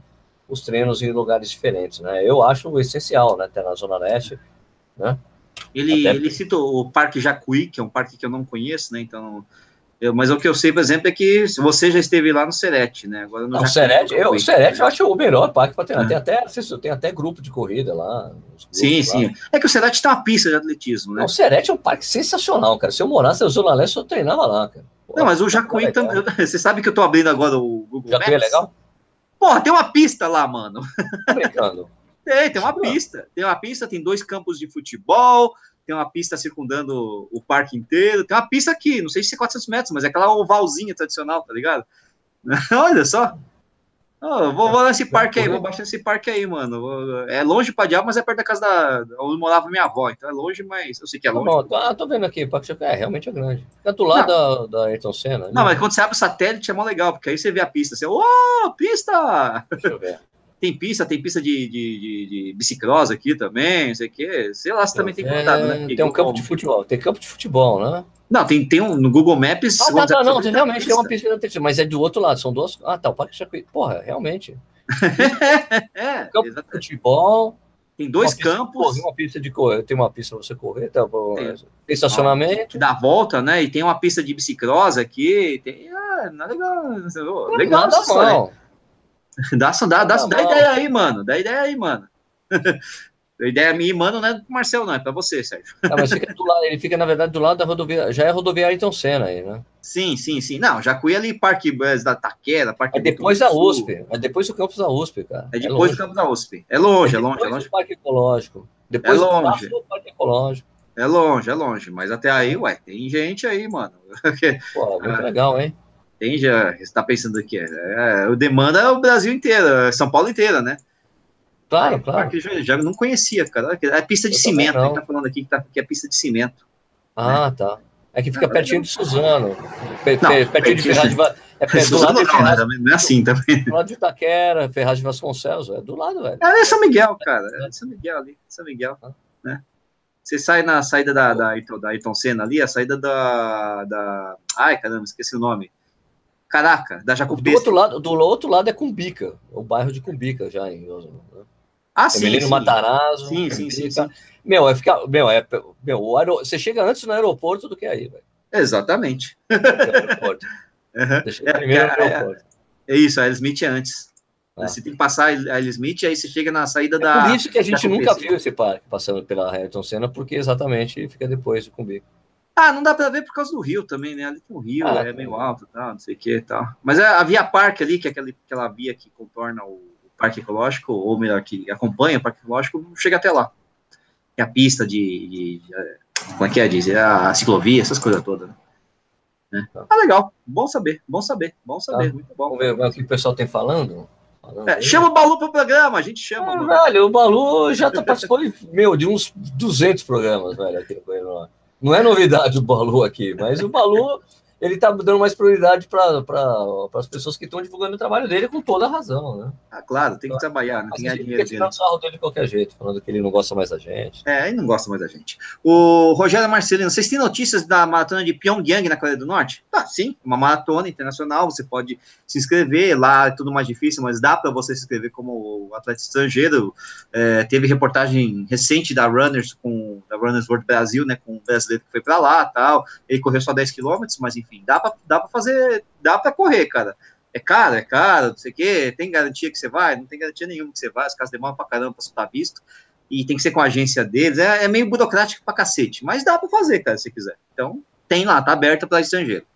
os treinos em lugares diferentes, né? Eu acho essencial, né? Até na Zona Leste, né? Ele, Até... ele cita o Parque Jacuí, que é um parque que eu não conheço, né? Então, eu, mas o que eu sei, por exemplo, é que você já esteve lá no Serete, né? Agora no Não, o Jacuí, Serete, eu, o Serete eu acho o melhor parque para treinar. É. Tem até, tem até grupo de corrida lá. Sim, lá. sim. É que o Serete tem uma pista de atletismo, né? Não, o Serete é um parque sensacional, cara. Se eu morasse na Zona Leste, eu treinava lá, cara. Pô, não, mas o Jacuí também. Você sabe que eu tô abrindo agora o Google Jacuí Maps? é legal? Porra, tem uma pista lá, mano. Tá brincando? Tem, tem uma pista. Tem uma pista, tem dois campos de futebol, tem uma pista circundando o parque inteiro. Tem uma pista aqui, não sei se é quatrocentos metros, mas é aquela ovalzinha tradicional, tá ligado? Olha só. Oh, vou, vou nesse parque aí, vou baixar esse parque aí, mano. É longe pra diabo, mas é perto da casa da onde morava minha avó, então é longe, mas eu sei que é longe. Tá bom, ah, tô vendo aqui, o Parque Jacuí é realmente é grande. Fica do lado não. da, da Ayrton Senna. Não, mas quando você abre o satélite é mó legal, porque aí você vê a pista, você, ô, oh, pista! Deixa eu ver. Tem pista, tem pista de, de, de, de bicicross aqui também, não sei o quê. Sei lá se também tem contato, né? Tem um campo de futebol, tem campo de futebol, né? Não, tem, tem um no Google Maps. Ah, tá, tá, não, tem, realmente tem uma pista de atletismo, mas é do outro lado, são duas. Ah, tá, o Parque Jacuí. Porra, realmente. é, campo exatamente. De futebol. Tem dois campos. De uma pista de correr, tem uma pista para você correr, tá, tem, tem estacionamento. Dá volta, né? E tem uma pista de bicicross aqui. Tem, ah, não é legal. Não, legal, dá mão. Dá, dá, dá, dá ideia aí, mano. Dá ideia aí, mano. A ideia minha, mano, não é do Marcel, não, é pra você, Sérgio. Ah, mas fica do lado, ele fica, na verdade, do lado da rodovia. Já é rodoviária Ayrton Senna aí, né? Sim, sim, sim. Não, Jacuí ali, Parque da Taquera, Parque. É depois da U S P. É depois do campus da U S P, cara. É depois é do campus da U S P. É longe, é, é longe, é longe. Do Parque Ecológico. Depois é longe. do Parque Ecológico. É longe, é longe. Mas até aí, ué, tem gente aí, mano. Pô, muito ah, legal, hein? Tem já. Você tá pensando aqui? É, o demanda é o Brasil inteiro, é São Paulo inteira, né? Claro, claro. Já, já não conhecia, cara. É pista de eu cimento. A gente tá falando aqui que, tá, que é pista de cimento. Ah, né? Tá. É que fica ah, pertinho de Suzano. Pe, não, pertinho, pertinho de Ferraz de Vasconcelos. É perto do lado de Ferraz, não, não é assim também. Do lado de Itaquera, Ferraz de Vasconcelos. É do lado, velho. É, é São Miguel, cara. É São Miguel ali. São Miguel. Ah. Né? Você sai na saída da, da, da Ayrton Senna ali, a saída da, da. Ai, caramba, esqueci o nome. Caraca, da Jacupesca. Do outro lado, do outro lado é Cumbica, o bairro de Cumbica, já em. Ah, sim. Emiliano Matarazzo. Sim, sim, sim, sim. Meu, é ficar. Meu, é. Meu, o aer... você chega antes no aeroporto do que aí, velho. Exatamente. Aeroporto. Uhum. Você chega primeiro no aeroporto. É, é isso, a Smith é antes. Ah. Você tem que passar a Smith, aí você chega na saída é da. Por isso que a gente nunca viu esse parque passando pela Ayrton Senna, porque exatamente fica depois do Cumbica. Ah, não dá para ver por causa do rio também, né? Ali tem um rio, ah, é meio é. alto, tal, não sei o que e tal. Mas a Via Parque ali, que é aquela, aquela via que contorna o Parque Ecológico, ou melhor, que acompanha o Parque Ecológico, chega até lá. É a pista de, de, de como é que é, dizer, a ciclovia, essas coisas todas, né? Tá. Ah, legal, bom saber, bom saber, bom saber, tá. Muito bom. Vamos ver o que o pessoal tem falando. falando é, chama o Balu pro programa, a gente chama. Ah, velho, o Balu já tá participou, meu, de uns duzentos programas, velho, aqui no Não é novidade o Balu aqui, mas o Balu, ele tá dando mais prioridade para pra, as pessoas que estão divulgando o trabalho dele com toda a razão, né? Ah, claro, tem que trabalhar, não tem dinheiro dele. Fica sarro dele de qualquer jeito, falando que ele não gosta mais da gente. É, ele não gosta mais da gente. O Rogério Marcelino, vocês têm notícias da maratona de Pyongyang na Coreia do Norte? Ah, sim, uma maratona internacional, você pode se inscrever, lá é tudo mais difícil, mas dá para você se inscrever como atleta estrangeiro. É, teve reportagem recente da Runners, com, da Runners World Brasil, né, com um brasileiro que foi para lá, tal, ele correu só dez quilômetros, mas enfim, dá para dá para fazer, dá para correr, cara. É caro, é caro, não sei o quê, tem garantia que você vai? Não tem garantia nenhuma que você vai, os caras demoram pra caramba pra soltar visto, e tem que ser com a agência deles, é, é meio burocrático pra cacete, mas dá pra fazer, cara, se quiser. Então, tem lá, tá aberto para estrangeiro.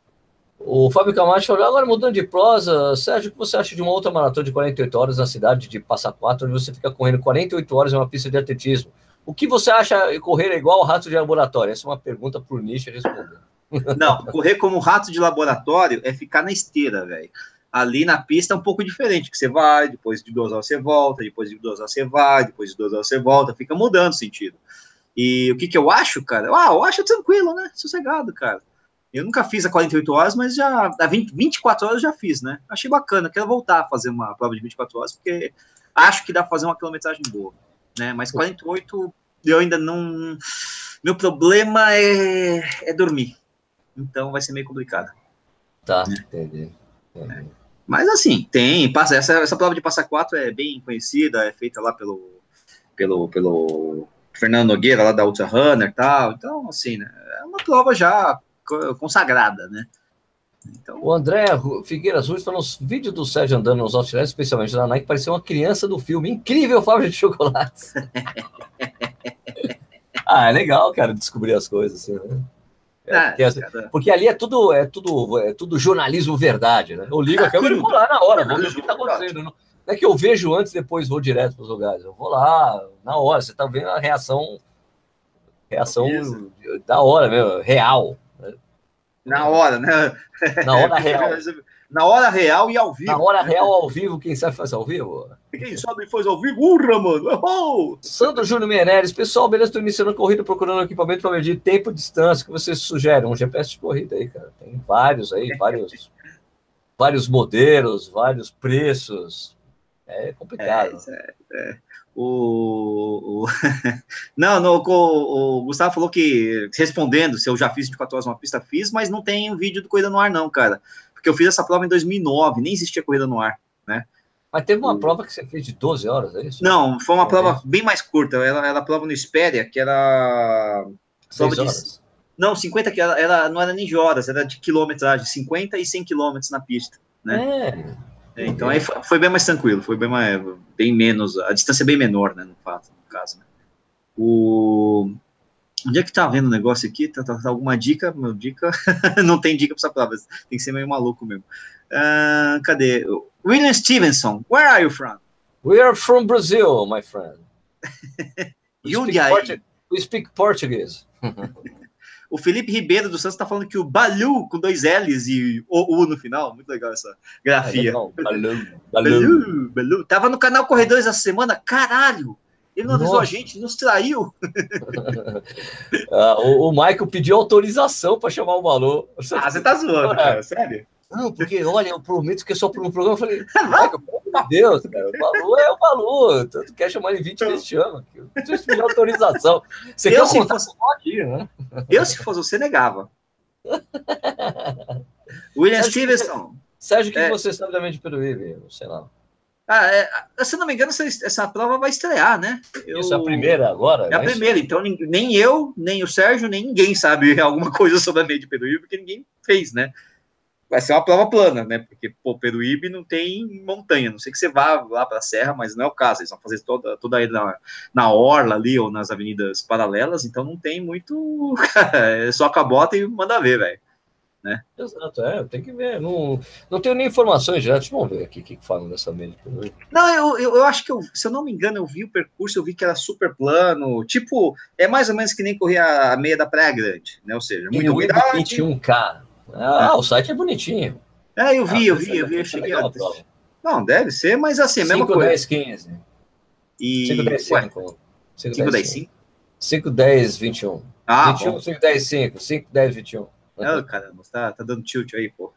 O Fábio Camacho falou, agora mudando de prosa, Sérgio, o que você acha de uma outra maratona de quarenta e oito horas na cidade de Passa Quatro, onde você fica correndo quarenta e oito horas em uma pista de atletismo? O que você acha de correr igual ao rato de laboratório? Essa é uma pergunta pro Nish responder. Não, correr como rato de laboratório é ficar na esteira, velho. Ali na pista é um pouco diferente, que você vai, depois de duas horas você volta, depois de duas horas você vai, depois de duas horas você volta, fica mudando o sentido. E o que que eu acho, cara? Ah, eu acho tranquilo, né? Sossegado, cara. Eu nunca fiz a quarenta e oito horas, mas já a vinte, vinte e quatro horas eu já fiz, né? Achei bacana, quero voltar a fazer uma prova de vinte e quatro horas, porque acho que dá pra fazer uma quilometragem boa, né? Mas quarenta e oito eu ainda não... Meu problema é, é dormir. Então vai ser meio complicado. Tá, entendi. entendi. Mas assim, tem, passa, essa, essa prova de passa quatro é bem conhecida, é feita lá pelo, pelo, pelo Fernando Nogueira, lá da Ultra Runner e tal, então assim, né, é uma prova já consagrada, né. Então... O André Figueiras Ruiz falou: os vídeos do Sérgio andando nos outfits, especialmente da Nike, parecia uma criança do filme. Incrível fábrica de chocolates. Ah, é legal, cara, descobrir as coisas assim, né? É, ah, porque, porque ali é tudo, é tudo, é tudo jornalismo verdade, né? Eu ligo a câmera e vou lá na hora, vou ver o que está acontecendo. Não é que eu vejo antes, depois vou direto para os lugares. Eu vou lá na hora, você está vendo a reação, reação Isso. da hora mesmo, real. Né? Na hora, né? Na hora real. Na hora real e ao vivo. Na hora real, ao vivo, quem sabe faz ao vivo? Quem sabe faz ao vivo, urra, mano! Oh! Sandro Júnior Meirelles, pessoal, beleza? Estou iniciando a corrida procurando um equipamento para medir tempo e distância. Que você sugere? Um G P S de corrida aí, cara. Tem vários aí, vários, vários modelos, vários preços. É complicado. É, é, é. O, o... não, no, o, o Gustavo falou que, respondendo, se eu já fiz vinte e quatro horas uma pista, fiz, mas não tem um vídeo do Corrida no Ar, não, cara. Porque eu fiz essa prova em dois mil e nove, nem existia Corrida no Ar, né? Mas teve uma o... prova que você fez de doze horas, é isso? Não, foi uma é prova isso? bem mais curta. Ela era prova no Xperia, que era... Prova de... horas? Não, cinquenta, que era, era, não era nem de horas, era de quilometragem, cinquenta e cem quilômetros na pista, né? É. Então aí foi, foi bem mais tranquilo, foi bem, mais, bem menos, a distância é bem menor, né, no, fato, no caso, né. O... Onde é que tá vendo o negócio aqui? Tá, tá, tá alguma dica? Meu, dica? Não tem dica para essa prova, tem que ser meio maluco mesmo. Uh, cadê? William Stevenson, where are you from? We are from Brazil, my friend. We e speak, Portu we speak Portuguese. O Felipe Ribeiro dos Santos está falando que o Balu, com dois L's e o U no final, muito legal essa grafia. É Balu, Balu. Balu, Balu. Tava no canal Corredores essa semana, caralho! Ele não avisou Nossa. a gente, nos traiu. ah, o, o Michael pediu autorização para chamar o Balu. Ah, você tá zoando, cara, sério? Não, porque, olha, eu prometo que é só por um programa. Eu falei, Michael, pelo amor de Deus, cara, o Balu é o Balu. Tu quer chamar ele vinte vezes, chama. Eu preciso pedir autorização. Você eu, quer se fosse... aqui, né? Eu, se fosse você, negava. William Sérgio, Stevenson. Sérgio, o que é... você sabe da Mente Peruíbe? Sei lá. Ah, é, se não me engano, essa, essa prova vai estrear, né? Eu... Isso é a primeira agora? É a primeira, então nem eu, nem o Sérgio, nem ninguém sabe alguma coisa sobre a Mente Peruíbe, porque ninguém fez, né? Vai ser uma prova plana, né? Porque, pô, Peruíbe não tem montanha, não sei que você vá lá para a serra, mas não é o caso, eles vão fazer toda, toda aí na, na orla ali, ou nas avenidas paralelas, então não tem muito... é só cabota e manda ver, velho. Né? Exato, é, tem que ver. Não, não tenho nem informações diretas. Vamos ver aqui o que, que falam dessa Mente Peruíbe. Não, eu, eu, eu acho que, eu, se eu não me engano, eu vi o percurso, eu vi que era super plano, tipo, é mais ou menos que nem correr a, a meia da Praia Grande, né? Ou seja, muito cuidado. vinte e um K. Ah, é. O site é bonitinho. É, eu vi, ah, eu vi, eu vi, eu cheguei a... Não, deve ser, mas assim, a mesma cinco, coisa. dez, quinze. E... cinco, dez, cinco. cinco, dez, cinco? cinco, dez, vinte e um. Ah, vinte e um, cinco, dez, cinco. cinco, dez, vinte e um. Não, caramba, tá, tá dando tilt aí, pô.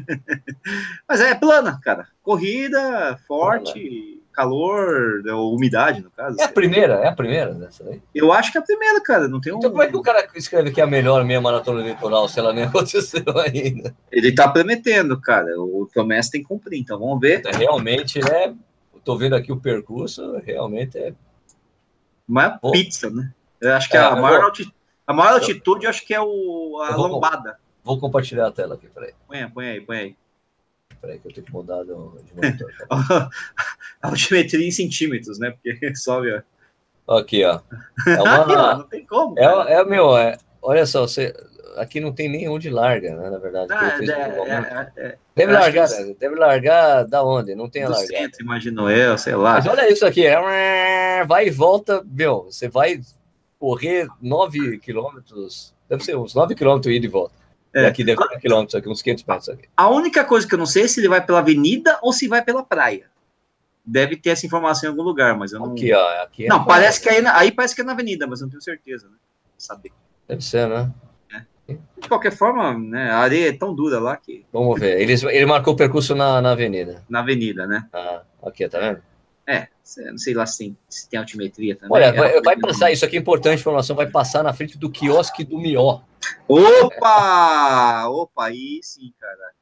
Mas é plana, cara. Corrida, forte, ah, calor, umidade, no caso. É a primeira, é a primeira dessa aí? Eu acho que é a primeira, cara. Não tem um... Então como é que o cara escreve que é a melhor meia maratona eleitoral se ela nem aconteceu ainda? Ele tá prometendo, cara. O promessa tem que cumprir, então vamos ver. É, realmente é... Eu tô vendo aqui o percurso, realmente é... Uma Bom, pizza, né? Eu acho que é, a maior vou... altitude... A maior altitude, eu acho que é o, a vou, lombada. Vou compartilhar a tela aqui, peraí. Põe, põe aí, põe aí. Peraí, que eu tenho que mudar de monitor. A altimetria em centímetros, né? Porque sobe, ó. Aqui, ó. É uma... não tem como. É, é meu, é... olha só, você... aqui não tem nem onde larga, né? Na verdade. Ah, é, é, é, deve largar, que... deve largar da onde? Não tem a largada. Centro, imagino eu, sei lá. Mas olha isso aqui, é... vai e volta, meu, você vai... correr nove quilômetros, deve ser uns nove quilômetros ida e volta. É. E aqui deve ter quilômetros, aqui, uns quinhentos metros aqui. A única coisa que eu não sei é se ele vai pela avenida ou se vai pela praia. Deve ter essa informação em algum lugar, mas eu não... Aqui, ó. Aqui é não, parece que aí, aí parece que é na avenida, mas eu não tenho certeza, né? Saber. Deve ser, né? É. De qualquer forma, né, a areia é tão dura lá que... Vamos ver. Ele, ele marcou o percurso na, na avenida. Na avenida, né? Ah, aqui, tá vendo? É, não sei lá se tem, se tem altimetria também. Olha, vai, vai passar, isso aqui é importante, informação, vai passar na frente do quiosque do Mió. Opa! Opa, aí sim, cara.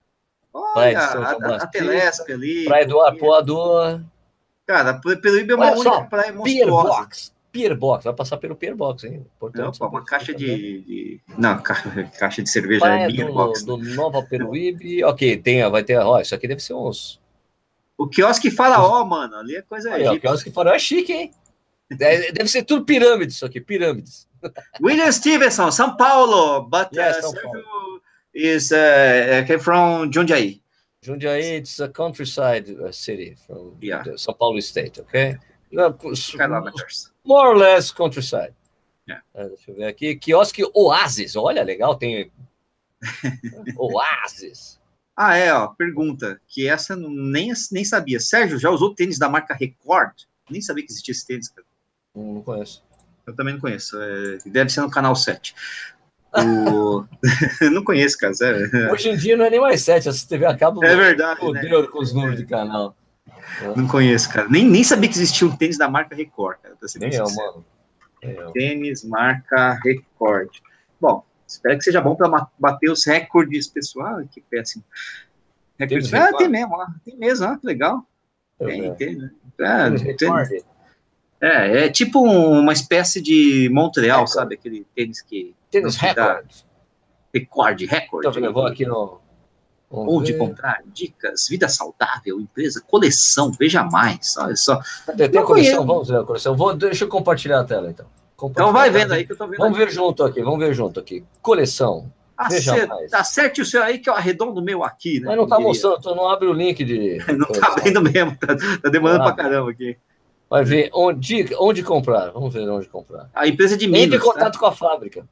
Olha, a, a, a Telesp ali. Praia do Arpoador. Cara, Peruíbe é uma Olha única só, praia Pier monstruosa. Box. Pier Box, vai passar pelo Pier Box, hein? Não, pô, uma caixa de, de... Não, ca... caixa de cerveja praia é Beer do, Box. do Nova Peruíbe. Ok, tem, vai ter. Ó, isso aqui deve ser uns. O quiosque Faraó, mano, ali é coisa Olha, o quiosque Faraó é chique, hein? Deve ser tudo pirâmides isso aqui, pirâmides. William Stevenson, São Paulo, but Yes, uh, São Sergio Paulo. is uh, came from Jundiaí. Jundiaí, it's a countryside city from Yeah. the São Paulo State, ok? Kilometers. More or less countryside. Yeah. É, deixa eu ver aqui. Quiosque Oasis. Olha, legal, tem Oasis. Ah, é, ó, pergunta, que essa eu nem, nem sabia. Sérgio, já usou tênis da marca Record? Nem sabia que existia esse tênis, cara. Não, não conheço. Eu também não conheço. É, deve ser no canal sete. O... não conheço, cara. Sério. Hoje em dia não é nem mais sete, essa T V a cabo. É verdade. Fodeu né? com os números de canal. Não conheço, cara. Nem, nem sabia que existia um tênis da marca Record, cara. Pra ser bem Nem eu, sincero. mano. Nem eu. Tênis marca Record. Bom, espero que seja bom para bater os recordes, pessoal. Que péssimo. Recordes. Ah, tem mesmo, ó. Tem mesmo, ó, que legal. Tem, tem, né? É, tem. É, é tipo uma espécie de Montreal, Record. Sabe? Aquele tênis que... Tênis Record. Record, Record. Então, eu vou aqui no... Vamos Onde ver. Comprar dicas, vida saudável, empresa, coleção, veja mais. Olha só. Tem, tem a coleção, vamos ver a coleção. Vou, deixa eu compartilhar a tela, então. Então vai vendo aí que eu tô vendo. Vamos aqui. ver junto aqui, vamos ver junto aqui. Coleção. Veja Acerte, mais. Acerte o seu aí que eu arredondo o meu aqui, né? Mas não tá mostrando, tu não abre o link de... não coleção. Tá vendo mesmo, tá, tá demorando ah, pra caramba aqui. Vai ver onde, onde comprar, vamos ver onde comprar. A empresa de Minas. Entre em contato tá? com a fábrica.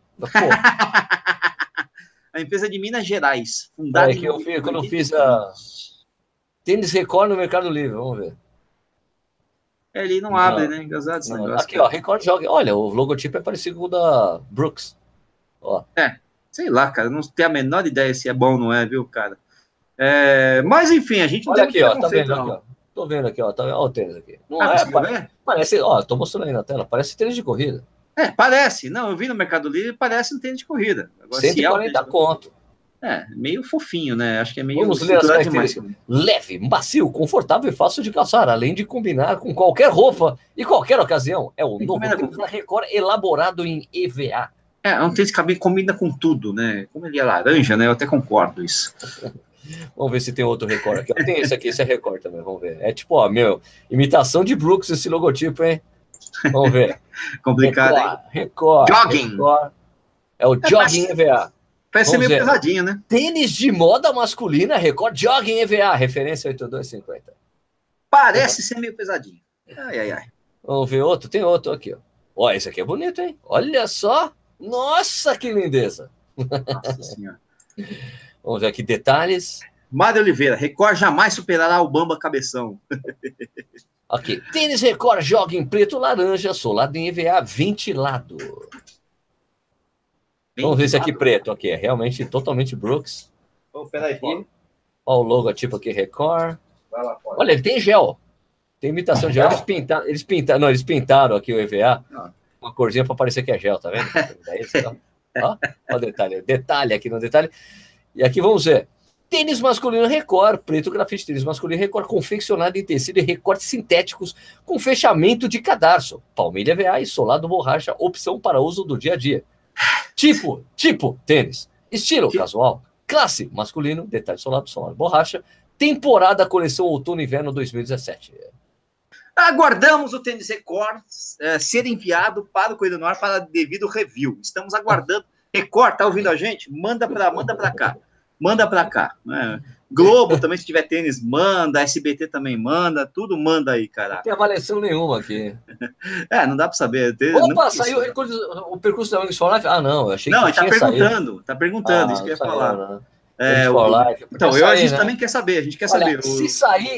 A empresa de Minas Gerais. Fundada é que eu fiz, quando eu fiz a Tênis Record no Mercado Livre, vamos ver. É, ele não, não abre, né? Engraçado esse não, negócio. Aqui, ó, Record joga. Olha, o logotipo é parecido com o da Brooks. Ó. É, sei lá, cara, não tenho a menor ideia se é bom ou não é, viu, cara? É, mas enfim, a gente não Olha tem aqui, ó, tá vendo aqui, ó. Tô vendo aqui, ó, tá vendo? Ó, o tênis aqui. Não ah, é, parece, parece, ó, tô mostrando aí na tela, parece tênis de corrida. É, parece. Não, eu vi no Mercado Livre, parece um tênis de corrida. Agora, cento e quarenta conto. É, meio fofinho, né? Acho que é meio... Vamos ler as características. Leve, macio, confortável e fácil de calçar, além de combinar com qualquer roupa e qualquer ocasião. É o novo tênis da Record elaborado em E V A. É, é um tênis que combina com tudo, né? Como ele é laranja, né? Eu até concordo isso. Vamos ver se tem outro Record aqui. Tem esse aqui, esse é Record também, vamos ver. É tipo, ó, meu, imitação de Brooks esse logotipo, hein? Vamos ver. Complicado, Record, hein? Record. Jogging. Record. É o é, Jogging E V A. Parece ser meio ver. pesadinho, né? Tênis de moda masculina, Record Jogging E V A, referência oitenta e dois cinquenta. Parece ser meio pesadinho. Ai, ai, ai. Vamos ver outro? Tem outro aqui, ó. Ó, esse aqui é bonito, hein? Olha só. Nossa, que lindeza. Nossa senhora. Vamos ver aqui detalhes. Mário Oliveira, Record jamais superará o Bamba Cabeção. Aqui, tênis Record Jogging preto laranja, solado em E V A, ventilado. Vamos ver esse aqui preto, aqui, é realmente totalmente Brooks. Oh, peraí, aqui. Olha o logotipo aqui, Record. Vai lá, olha, ele tem gel. Tem imitação de gel. Eles pintaram, eles pintaram, não, eles pintaram aqui o E V A. Não. Uma corzinha para parecer que é gel, tá vendo? É isso, tá? Ó, ó o detalhe, detalhe aqui no detalhe. E aqui vamos ver. Tênis masculino Record, preto grafite, tênis masculino Record, confeccionado em tecido e recortes sintéticos com fechamento de cadarço, palmilha E V A e solado borracha, opção para uso do dia a dia. Tipo, tipo, tênis. Estilo que... casual. Classe, masculino, detalhe solado, solado borracha. Temporada, coleção outono e inverno dois mil e dezessete. Aguardamos o Tênis Record é, ser enviado para o Corrida no Ar para devido review. Estamos aguardando. Record, tá ouvindo a gente? Manda para manda para cá. Manda para cá. Né? Globo também, se tiver tênis, manda. S B T também manda. Tudo manda aí, cara. Não tem avaliação nenhuma aqui. É, não dá para saber. Opa, saiu o, o percurso da Wings for Life? Ah, não. Eu achei não, que ele tá perguntando. Saído. Tá perguntando, ah, isso que eu ia falar. Né? É, o... Então, eu, sair, a gente né? também quer saber. A gente quer Olha, saber. Se o... sair...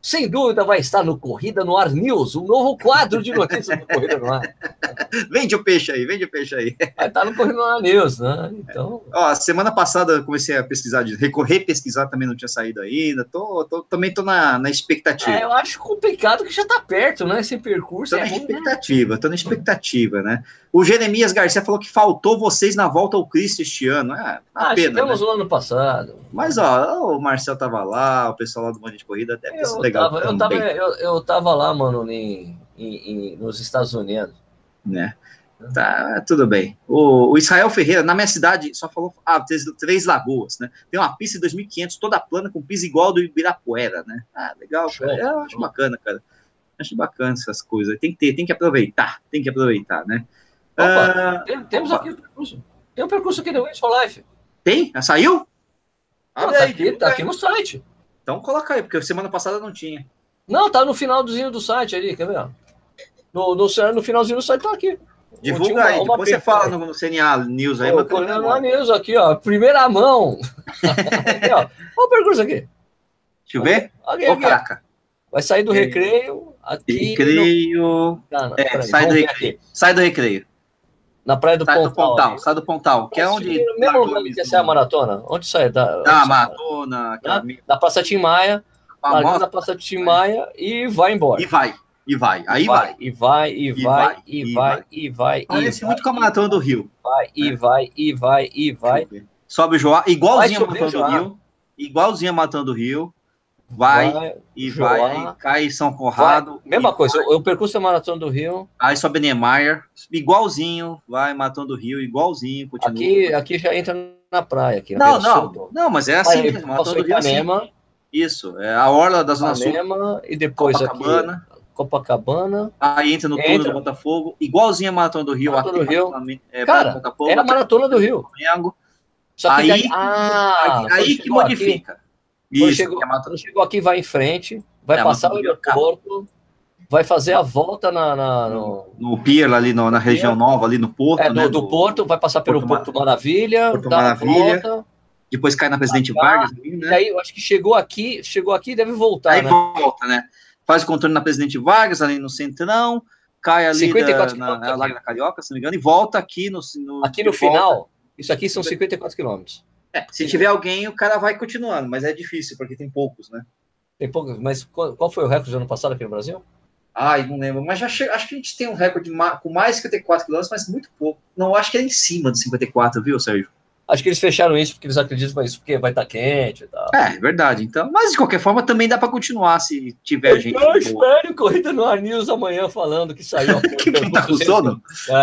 sem dúvida vai estar no Corrida no Ar News, um novo quadro de notícias do Corrida no Ar. Vende o peixe aí, vende o peixe aí. Vai estar no Corrida no Ar News, né? Então... Ó, semana passada eu comecei a pesquisar, recorrer pesquisar, também não tinha saído ainda, tô, tô, também tô na, na expectativa. É, eu acho complicado que já tá perto, né? Esse percurso tô é na ruim, expectativa, né? Tô na expectativa, né? O Jeremias Garcia falou que faltou vocês na volta ao Cristo este ano. É, ah, pena, chegamos né? no ano passado. Mas, ó, o Marcel tava lá, o pessoal lá do Monte de Corrida, deve ter sido legal tava, também. Eu tava, eu, eu tava lá, mano, em, em, em, nos Estados Unidos. Né? Tá, tudo bem. O, o Israel Ferreira, na minha cidade, só falou ah, três, três Lagoas, né? Tem uma pista de dois mil e quinhentos toda plana, com piso igual do Ibirapuera, né? Ah, legal, Show. cara. Eu acho bacana, cara. Acho bacana essas coisas. Tem que ter, tem que aproveitar, tem que aproveitar, né? Opa, uh, tem, temos opa. aqui o percurso. Tem um percurso aqui do Wings for Life. Tem? Já saiu? Não, tá, aí, aqui, tá aqui no site. Então coloca aí, porque semana passada não tinha. Não, tá no finalzinho do site ali, quer ver? No, no, no finalzinho do site tá aqui. Divulga uma, aí, uma depois você fala no, no C N A News aí. O C N A News aqui, ó, primeira mão. Aqui, ó. Olha o percurso aqui. Deixa eu ver. Aqui, aqui, aqui. Vai sair do recreio. Aqui recreio. No... Ah, não, é, sai, do recreio. sai do recreio. Na Praia do sai Pontal. Do Pontal sai do Pontal, que é onde... Mesmo lugar que quer ser a maratona? Onde sai? Da, da onde maratona. Da, da Praça Tim Maia. Larga da Praça Tim Maia e vai embora. E vai. E vai, aí vai, vai. E vai, e vai, e vai, e vai. Parece muito com a Maratona do Rio. Vai, e vai, e vai, e vai. Sobe o Joá, igualzinho a Maratona do Rio. Igualzinho a Maratona do Rio. Vai, vai e vai, aí cai São Conrado. Vai. Mesma coisa, o percurso da Maratona do Rio. Aí sobe Niemeyer, igualzinho, vai Maratona do Rio, igualzinho, continua. Aqui, aqui já entra na praia. Aqui, não, não, não, mas é assim mesmo. Maratona do Rio assim. Isso, é a orla da Zona Sul. E depois Copacabana. Aqui, Copacabana. Aí entra no túnel do Botafogo, igualzinho a Maratona do Rio. Maratona aqui, do Rio. É, cara, Botafogo, é a Maratona do Rio. Flamengo. Só que aí, daí, ah, aí que modifica. Aqui, Isso, quando chegou, quando chegou aqui, vai em frente, vai é, passar o aeroporto, vai fazer a volta na, na, no... no pier, ali no, na região pier. nova, ali no Porto. É, do, né, do, do Porto, vai passar pelo Porto, Porto Maravilha, Porto Maravilha, volta, depois cai na Presidente cá, Vargas. Ali, né? E aí, eu acho que chegou aqui, chegou aqui e deve voltar, aí né? volta, né? Faz o contorno na Presidente Vargas, ali no Centrão, cai ali da, na, na Lago da Carioca, se não me engano, e volta aqui no... no aqui no final, isso aqui são cinquenta e quatro quilômetros. É, se tiver alguém, o cara vai continuando, mas é difícil, porque tem poucos, né? Tem poucos, mas qual foi o recorde do ano passado aqui no Brasil? Ai, não lembro, mas já che... acho que a gente tem um recorde com mais de cinquenta e quatro quilômetros, mas muito pouco. Não, acho que é em cima de cinquenta e quatro, viu, Sérgio? Acho que eles fecharam isso porque eles acreditam nisso, porque vai estar quente e tal. É, é verdade, então. Mas, de qualquer forma, também dá para continuar se tiver eu gente. Eu espero Corrida no Ar News amanhã falando que saiu. que que tá com sono?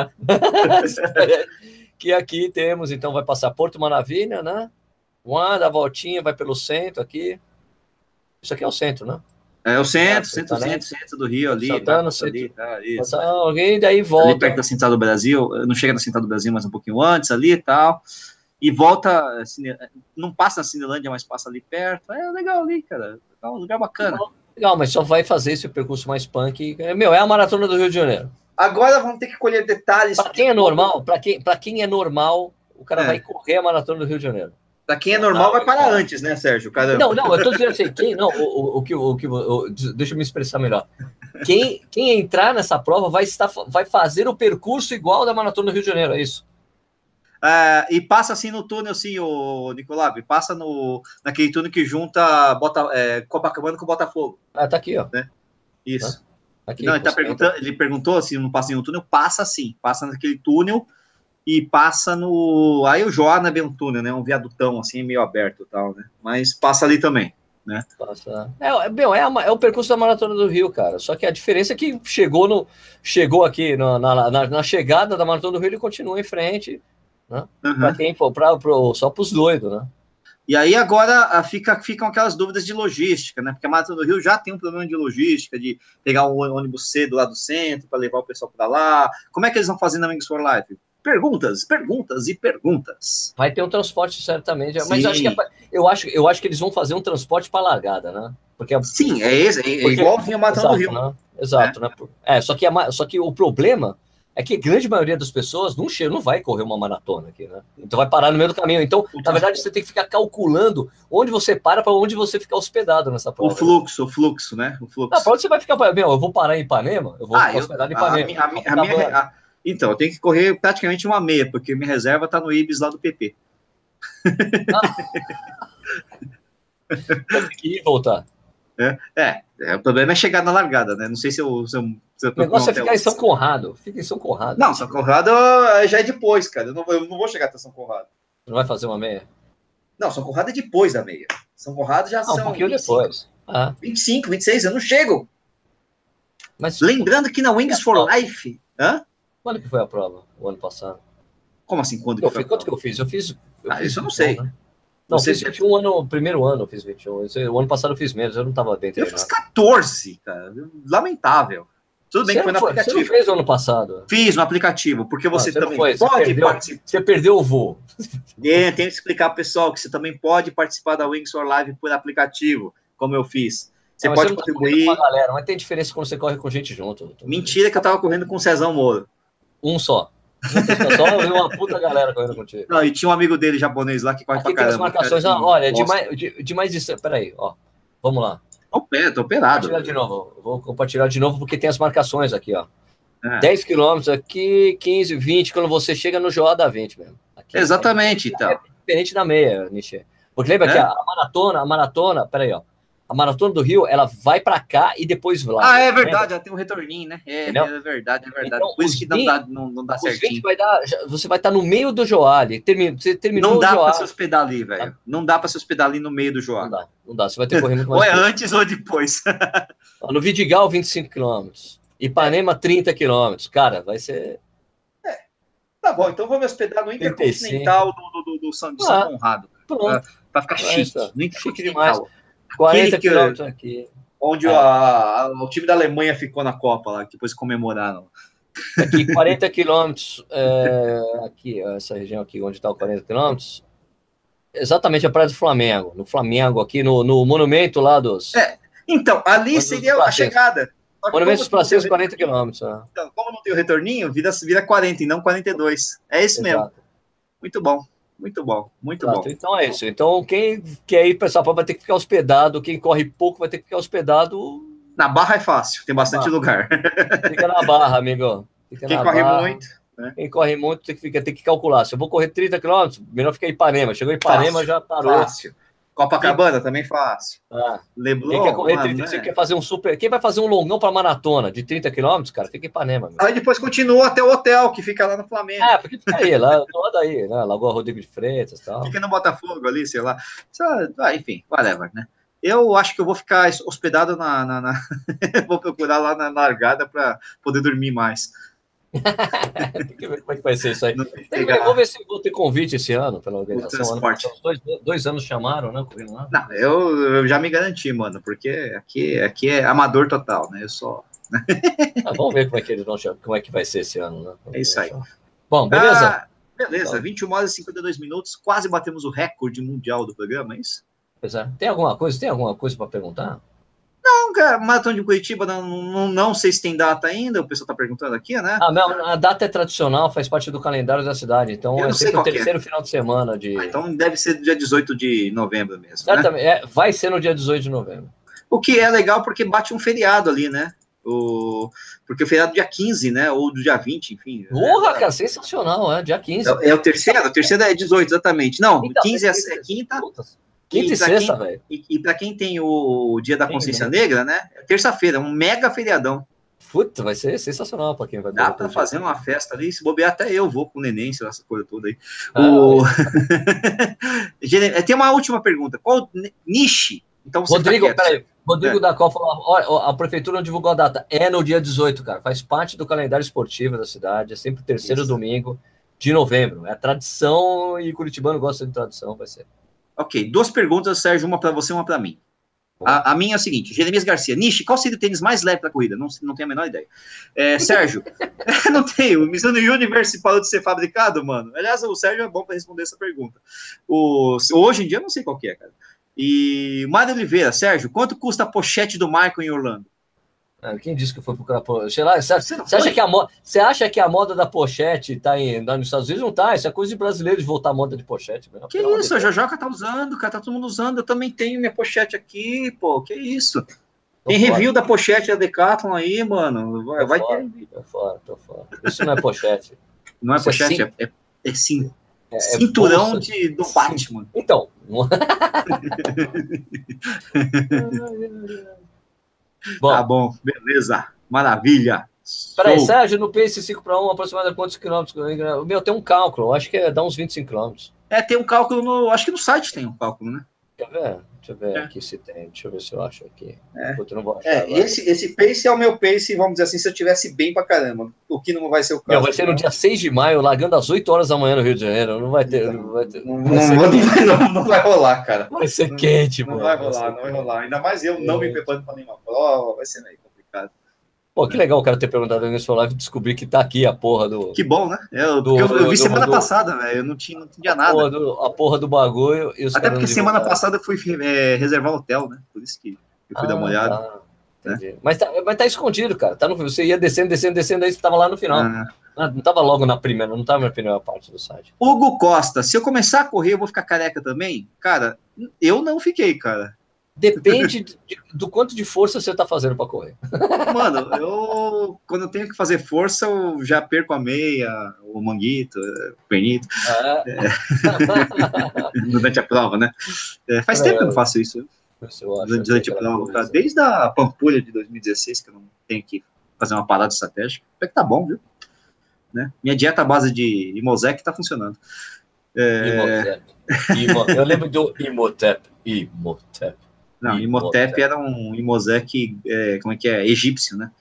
É. Que aqui temos, então, vai passar Porto Maravilha, né? Uma da voltinha, vai pelo centro aqui. Isso aqui é o centro, né? É o centro, ah, centro, centro, centro do Rio ali. Santana, tá, centro. Ali, tá, isso. Passar alguém, daí volta. Ali perto da Central do Brasil, não chega na Central do Brasil, mas um pouquinho antes ali e tal. E volta, assim, não passa na Cinelândia, mas passa ali perto. É legal ali, cara. É um lugar bacana. Legal, legal, mas só vai fazer esse percurso mais punk. Meu, é a Maratona do Rio de Janeiro. Agora vamos ter que colher detalhes. Para quem é normal, para quem, para quem é normal, o cara é. vai correr a Maratona do Rio de Janeiro. Para quem é normal, não, vai parar não. antes, né, Sérgio? Caramba. Não, não, eu tô dizendo assim, quem, não, o, o, o que, o que, o, deixa eu me expressar melhor. Quem, quem entrar nessa prova vai, estar, vai fazer o percurso igual da Maratona do Rio de Janeiro, é isso? Uh, e passa assim no túnel, assim, o Nicolau, passa no, naquele túnel que junta Bota, é, Copacabana com Botafogo. Ah, tá aqui, ó. Né? Isso. Ah, aqui, não, ele, tá perguntando, ele perguntou assim, não passa no túnel, passa sim, passa naquele túnel e passa no... Aí o Joá não é bem um túnel, né? Um viadutão, assim, meio aberto e tal, né? Mas passa ali também, né? Passa... É, é, meu, é, a, é o percurso da Maratona do Rio, cara. Só que a diferença é que chegou, no, chegou aqui no, na, na, na chegada da Maratona do Rio, ele continua em frente... Né? Uhum. Para quem for, pra, pra, só para os doidos, né? E aí agora fica, ficam aquelas dúvidas de logística, né? Porque a Maratona do Rio já tem um problema de logística, de pegar um ônibus cedo lá do centro para levar o pessoal para lá. Como é que eles vão fazer na Wings for Life? Perguntas, perguntas e perguntas. Vai ter um transporte certamente, Sim. mas acho que é, eu, acho, eu acho que eles vão fazer um transporte para largada, né? Porque Sim, é esse, é, é igualzinho a Maratona do Rio. Né? Exato, é. né? É, só que, a, só que o problema É que a grande maioria das pessoas não chega, não vai correr uma maratona aqui, né? Então vai parar no meio do caminho. Então, na verdade, você tem que ficar calculando onde você para para onde você ficar hospedado nessa prova. O fluxo, né? o fluxo, né? O fluxo. Não, para onde você vai ficar? Meu, eu vou parar em Ipanema? Eu vou ah, ficar eu, hospedado em A, Ipanema. a, a, a minha, a, então, eu tenho que correr praticamente uma meia, porque minha reserva tá no Ibis lá do P P. Ah. Vai ter que ir e voltar. É, é, é, o problema é chegar na largada, né? Não sei se eu. Se eu, se eu o negócio é ficar em São Conrado. Fica em São Conrado. Não, São Conrado já é depois, cara. Eu não, eu não vou chegar até São Conrado. Não vai fazer uma meia? Não, São Conrado é depois da meia. São Conrado já não, são. Um pouquinho vinte e cinco, depois. Ah. vinte e cinco, vinte e seis, eu não chego. Mas, lembrando que na Wings for Life. Hã? Quando que foi a prova? O ano passado? Como assim? Quando eu que foi fiz, quanto que eu fiz? Eu fiz. Eu ah, fiz isso eu não sei. Né? Não, Você eu fiz vinte e um ano, primeiro ano eu fiz vinte e um. O ano passado eu fiz menos, eu não estava bem treinado. Eu fiz quatorze, cara. Lamentável. Tudo bem você que foi no foi, aplicativo. Você não fez no ano passado? Fiz no aplicativo, porque você, ah, você também foi, pode você perdeu, participar. Você perdeu o voo. É, tem que explicar pro pessoal que você também pode participar da Wings for Live por aplicativo, como eu fiz. Você não, pode você contribuir. Tá com a galera, mas tem diferença quando você corre com gente junto. Mentira que eu tava correndo com o Cezão Moro. Um só. Uma só, eu vi uma puta galera correndo contigo. Não, e tinha um amigo dele japonês lá que corre Aqui pra tem caramba. as marcações, cara, olha, de mais, de, de mais de... Peraí, ó, vamos lá. Tô, tô operado. Vou compartilhar de novo, vou compartilhar de novo porque tem as marcações aqui, ó. É. dez quilômetros aqui, quinze, vinte, quando você chega no Joá da vinte mesmo. Aqui, exatamente, é, então. É diferente da meia, Nishi. Porque lembra é? que a, a maratona, a maratona, peraí, ó. A maratona do Rio, ela vai para cá e depois lá. Ah, é verdade, ela tem um retorninho, né? É, é verdade, é verdade. Então, por isso que não dá, não, não dá certinho. Vai dar, você vai estar no meio do Joá ali. Termin, você terminou não dá para se hospedar ali, velho. Não dá para se hospedar ali no meio do Joá. Não dá, não dá. Você vai ter que correr muito mais. Ou é pouco. Antes ou depois. No Vidigal, vinte e cinco quilômetros. Ipanema, trinta quilômetros. Cara, vai ser... É. Tá bom, então vou me hospedar no Intercontinental do, do, do, do São, de São ah, Conrado. Pronto. Para ficar chique. Nossa, no Intercontinental. quarenta quilômetros aqui. Onde é. a, a, o time da Alemanha ficou na Copa lá, que depois comemoraram. Aqui, quarenta quilômetros. É, aqui, essa região aqui, onde está o quarenta quilômetros. Exatamente a Praia do Flamengo. No Flamengo, aqui no, no monumento lá dos... É, então, ali seria a chegada. Monumento dos Praceres, quarenta quilômetros. Né? Então, como não tem o retorninho, vira, vira quarenta e não quarenta e dois. É isso Exato. mesmo. Muito bom. Muito bom, muito Exato. bom. Então é isso. Então, quem quer ir para essa prova vai ter que ficar hospedado. Quem corre pouco vai ter que ficar hospedado. Na Barra é fácil, tem bastante barra. lugar. Fica na Barra, amigo. Fica quem na corre barra. muito. Né? Quem corre muito tem que, ficar, tem que calcular. Se eu vou correr trinta quilômetros, melhor ficar em Ipanema. Chegou em Ipanema, fácil, já parou. Fácil. Copacabana e... também fácil. Ah. Leblon, quem quer correr mano, trinta, né? você quer fazer um super. Quem vai fazer um longão para maratona de trinta quilômetros, cara, fica em Ipanema. Meu. Aí depois continua até o hotel que fica lá no Flamengo. É, porque fica aí, lá do lado aí, né? Lagoa Rodrigo de Freitas e tal. Fica no Botafogo ali, sei lá. Ah, enfim, whatever, né? Eu acho que eu vou ficar hospedado na. na, na... vou procurar lá na largada para poder dormir mais. Tem que ver como é que vai ser isso aí. Tem, vou ver se vou ter convite esse ano pela organização. Ano passado, dois, dois anos chamaram, né? Lá. Não, eu, eu já me garanti, mano, porque aqui, aqui é amador total, né? Eu só. Ah, vamos ver como é que eles vão chamar, como é que vai ser esse ano, né? É isso aí. Bom, beleza? Ah, beleza, então. vinte e uma horas e cinquenta e dois minutos, quase batemos o recorde mundial do programa, é isso? Pois é. Tem alguma coisa? Tem alguma coisa para perguntar? Não, cara, Maratona de Curitiba, não, não, não sei se tem data ainda, o pessoal está perguntando aqui, né? Ah, não, a data é tradicional, faz parte do calendário da cidade, então é sempre o terceiro é. final de semana de... Ah, então deve ser dia dezoito de novembro mesmo, Exatamente, né? é, vai ser no dia dezoito de novembro. O que é legal porque bate um feriado ali, né? O... Porque o feriado é dia quinze, né? Ou do dia vinte, enfim. Porra, é... cara, sensacional, é dia quinze. É, é o terceiro? O terceiro é dezoito, exatamente. Não, então, quinze é, é quinta... Putas. Quinta e, e sexta, velho. E, e para quem tem o Dia da Consciência Sim, Negra, né? É terça-feira, um mega feriadão. Puta, vai ser sensacional para quem vai. Dá para fazer uma festa ali, se bobear até eu vou com o neném, essa coisa toda aí. Ah, o... Tem uma última pergunta. Qual niche? Então você Rodrigo, tá peraí. Rodrigo é. da Copa falou: olha, a prefeitura não divulgou a data. É no dia dezoito, cara. Faz parte do calendário esportivo da cidade. É sempre o terceiro Isso. domingo de novembro. É tradição e curitibano gosta de tradição, vai ser. Ok, duas perguntas, Sérgio, uma para você e uma para mim. A, a minha é a seguinte, Jeremias Garcia, Nishi, qual seria o tênis mais leve para a corrida? Não, não tenho a menor ideia. É, Sérgio, não tenho, o Mizuno Universe parou de ser fabricado, mano. Aliás, o Sérgio é bom para responder essa pergunta. O, hoje em dia eu não sei qual que é, cara. E Mário Oliveira, Sérgio, quanto custa a pochete do Michael em Orlando? Ah, quem disse que foi procurar por... Sei lá, você, Você não você acha foi? que a moda, você acha que a moda da pochete tá em, lá nos Estados Unidos? Não tá, isso é coisa de brasileiro de voltar à moda de pochete, meu, Que pelo amor de isso, a Deus. Jojoca tá usando, cara, tá todo mundo usando. Eu também tenho minha pochete aqui, pô, que isso. Tô Tem fora, review da pochete da Decathlon aí, mano. Vai, tô vai fora, ter. tô fora, tô fora. Isso não é pochete. Não é Isso é pochete, sim, é, é, é sim, é, é cinturão bolsa. de, do Sim. Batman. Então. Tá Bom, bom, beleza. Maravilha. peraí, Show. Sérgio, no Pace cinco para um, aproximadamente quantos quilômetros? Meu, tem um cálculo, eu acho que é, dá uns vinte e cinco quilômetros. É, tem um cálculo no. Acho que no site tem um cálculo, né? Quer ver? Deixa eu ver É. aqui se tem. Deixa eu ver se eu acho aqui. É. Puta, eu não vou achar É, agora. esse, esse pace é o meu pace, vamos dizer assim, se eu tivesse bem pra caramba. O que não vai ser o Meu, caso. vai ser no Então, dia seis de maio, largando às oito horas da manhã no Rio de Janeiro. Não vai ter. Não então vai, ter, não, vai não, ser não, quente. vai, não, não vai rolar, cara. Vai ser Não, quente, não vai mano. Vai rolar, ser não vai quente. rolar. Ainda mais eu não me preparando para nenhuma prova, vai ser meio complicado. Pô, que legal o cara ter perguntado nisso sua live e descobrir que tá aqui a porra do. Que bom, né? Eu, porque do, eu, eu vi do, semana do passada, velho. Eu não tinha, não a, tinha porra nada. do, a porra do bagulho e os Até caras não porque semana divulgaram. passada eu fui é, reservar hotel, né? Por isso que eu fui dar uma Ah, olhada, tá. né? Entendi. Mas tá, mas tá escondido, cara. Tá no, você ia descendo, descendo, descendo, aí você tava lá no final. Ah, Não, não tava logo na primeira, não tava na primeira parte do site. Hugo Costa, se eu começar a correr, eu vou ficar careca também? Cara, eu não fiquei, cara. Depende de, do quanto de força você tá fazendo para correr. Mano, eu quando eu tenho que fazer força, eu já perco a meia, o manguito, o pernito, É. é, durante a prova, né? É, faz tempo que eu não faço isso, Se eu acho aqui durante a aquela prova, cara. coisa. Desde a Pampulha de dois mil e dezesseis, que eu não tenho que fazer uma parada estratégica. Até que tá bom, viu? Né? Minha dieta à base de Imosec tá funcionando. É... Imhotep. Imo, eu lembro do Imhotep. Imhotep. Não, Imhotep era um Imosec, é, como é que é? Egípcio, né?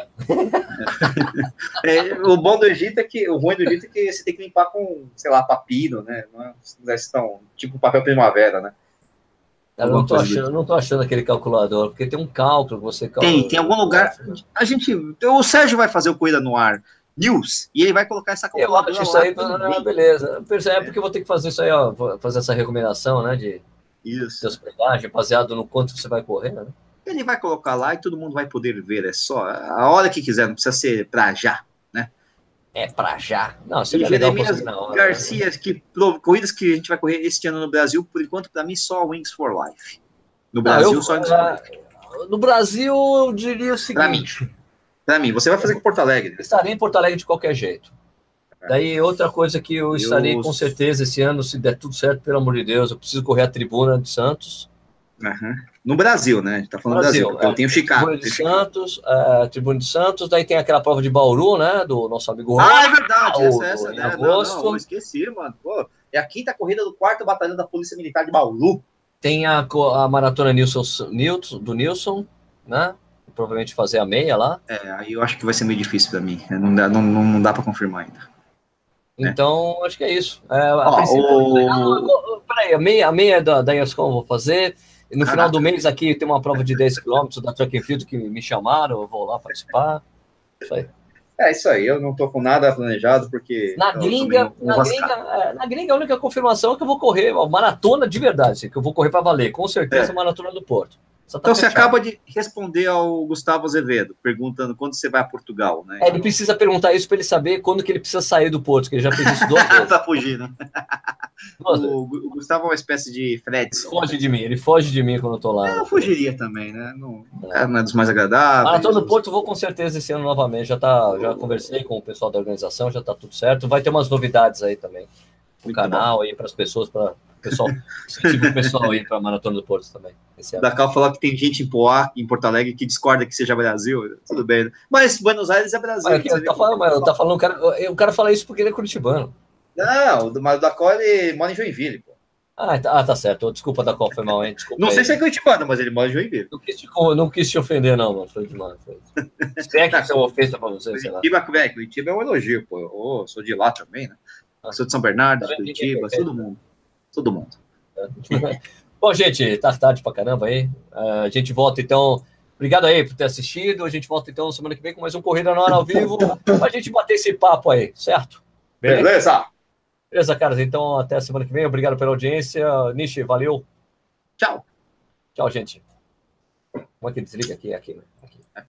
É, o bom do Egito é que, o ruim do Egito é que você tem que limpar com, sei lá, papiro, né? Não é, não é tão, tipo papel primavera, né? Eu Alguma não tô coisa do achando, tipo. não tô achando aquele calculador, porque tem um cálculo que você Tem, tem algum lugar. A gente. O Sérgio vai fazer o Corrida no Ar News e ele vai colocar essa Eu calculadora acho isso lá aí, também. beleza. É porque eu vou ter que fazer isso aí, ó, fazer essa recomendação, né, de, de Isso. hospedagem, baseado no quanto que você vai correr, né? Ele vai colocar lá e todo mundo vai poder ver. É só a hora que quiser, não precisa ser pra já, né? É pra já. Não, E seria legal Jeremias conseguir na hora. Garcia, Né? que corridas que a gente vai correr este ano no Brasil, por enquanto, para mim, só Wings for Life. No Não, eu, Brasil, só Wings for Life. no Brasil, eu diria o Para mim. seguinte. Para mim, você vai fazer com Porto Alegre. Estarei em Porto Alegre de qualquer jeito. Daí, outra coisa que eu estarei Eu... com certeza esse ano, se der tudo certo, pelo amor de Deus, eu preciso correr a tribuna de Santos. Uhum. No Brasil, né? A gente tá falando Brasil, Brasil porque é, eu tenho Chicago. Tribuna de Santos, é, Tribuna de Santos, daí tem aquela prova de Bauru, né? Do nosso amigo Ron. Ah, é verdade, essa, essa, em né? agosto. Não, não, eu esqueci, mano. Pô, é a quinta corrida do quarto Batalhão da Polícia Militar de Bauru. Tem a, a maratona Nilson, Nilson, do Nilson, né? Provavelmente fazer a meia lá. É, aí eu acho que vai ser meio difícil para mim. Não dá, não, não dá para confirmar ainda. Então, é. Acho que é isso. É, a Ó, princípio, o... peraí, a meia, a meia da, da Yascom eu vou fazer. E no Caraca. final do mês aqui tem uma prova de dez quilômetros da Track and Field que me chamaram, eu vou lá participar. Isso aí. É isso aí, eu não tô com nada planejado, porque... Na gringa, não, na, gringa é, na gringa, a única confirmação é que eu vou correr, a maratona de verdade, assim, que eu vou correr para valer, com certeza, é. a maratona do Porto. Tá então fechado. Você acaba de responder ao Gustavo Azevedo, perguntando quando você vai a Portugal, né? É, ele precisa perguntar isso para ele saber quando que ele precisa sair do Porto, que ele já fez isso duas vezes. Pra fugir, né? o, o Gustavo é uma espécie de Fredson. Foge de mim, ele foge de mim quando eu tô lá. Eu fugiria também, né? Não, o cara não é dos mais agradáveis. Maratona do Porto vou com certeza esse ano novamente, já, tá, já conversei com o pessoal da organização, já tá tudo certo. Vai ter umas novidades aí também no canal, bom. Aí para as pessoas, para o pessoal, incentivo o pessoal aí para a Maratona do Porto também. O Dacal falou que tem gente em Poá, em Porto Alegre, que discorda que seja Brasil, tudo bem, né? Mas Buenos Aires é Brasil. Mas, eu tá falando, mas eu tá falando, o cara, o cara fala isso porque ele é curitibano. Não, mas o Dacal, ele mora em Joinville, pô. Ah, tá, ah, tá certo. Desculpa, Dacal, foi mal, hein? Desculpa, não sei aí. se é curitibano, mas ele mora em Joinville. Não quis te, não quis te ofender, não, mano. Foi demais. Foi. Espero que isso é uma ofensa pra você, sei lá. Curitiba, Curitiba é um elogio, pô. Eu sou de lá também, né? Ah, sou de São Bernardo, de Curitiba, todo mundo. Todo mundo. Bom, gente, tá tarde pra caramba aí. Uh, a gente volta, então... Obrigado aí por ter assistido. A gente volta, então, semana que vem com mais um Corrida na Hora ao vivo pra gente bater esse papo aí, certo? Beleza? Beleza, Beleza, caras. Então, até a semana que vem. Obrigado pela audiência. Nishi, valeu. Tchau. Tchau, gente. Como é que desliga aqui? Aqui, né? Aqui.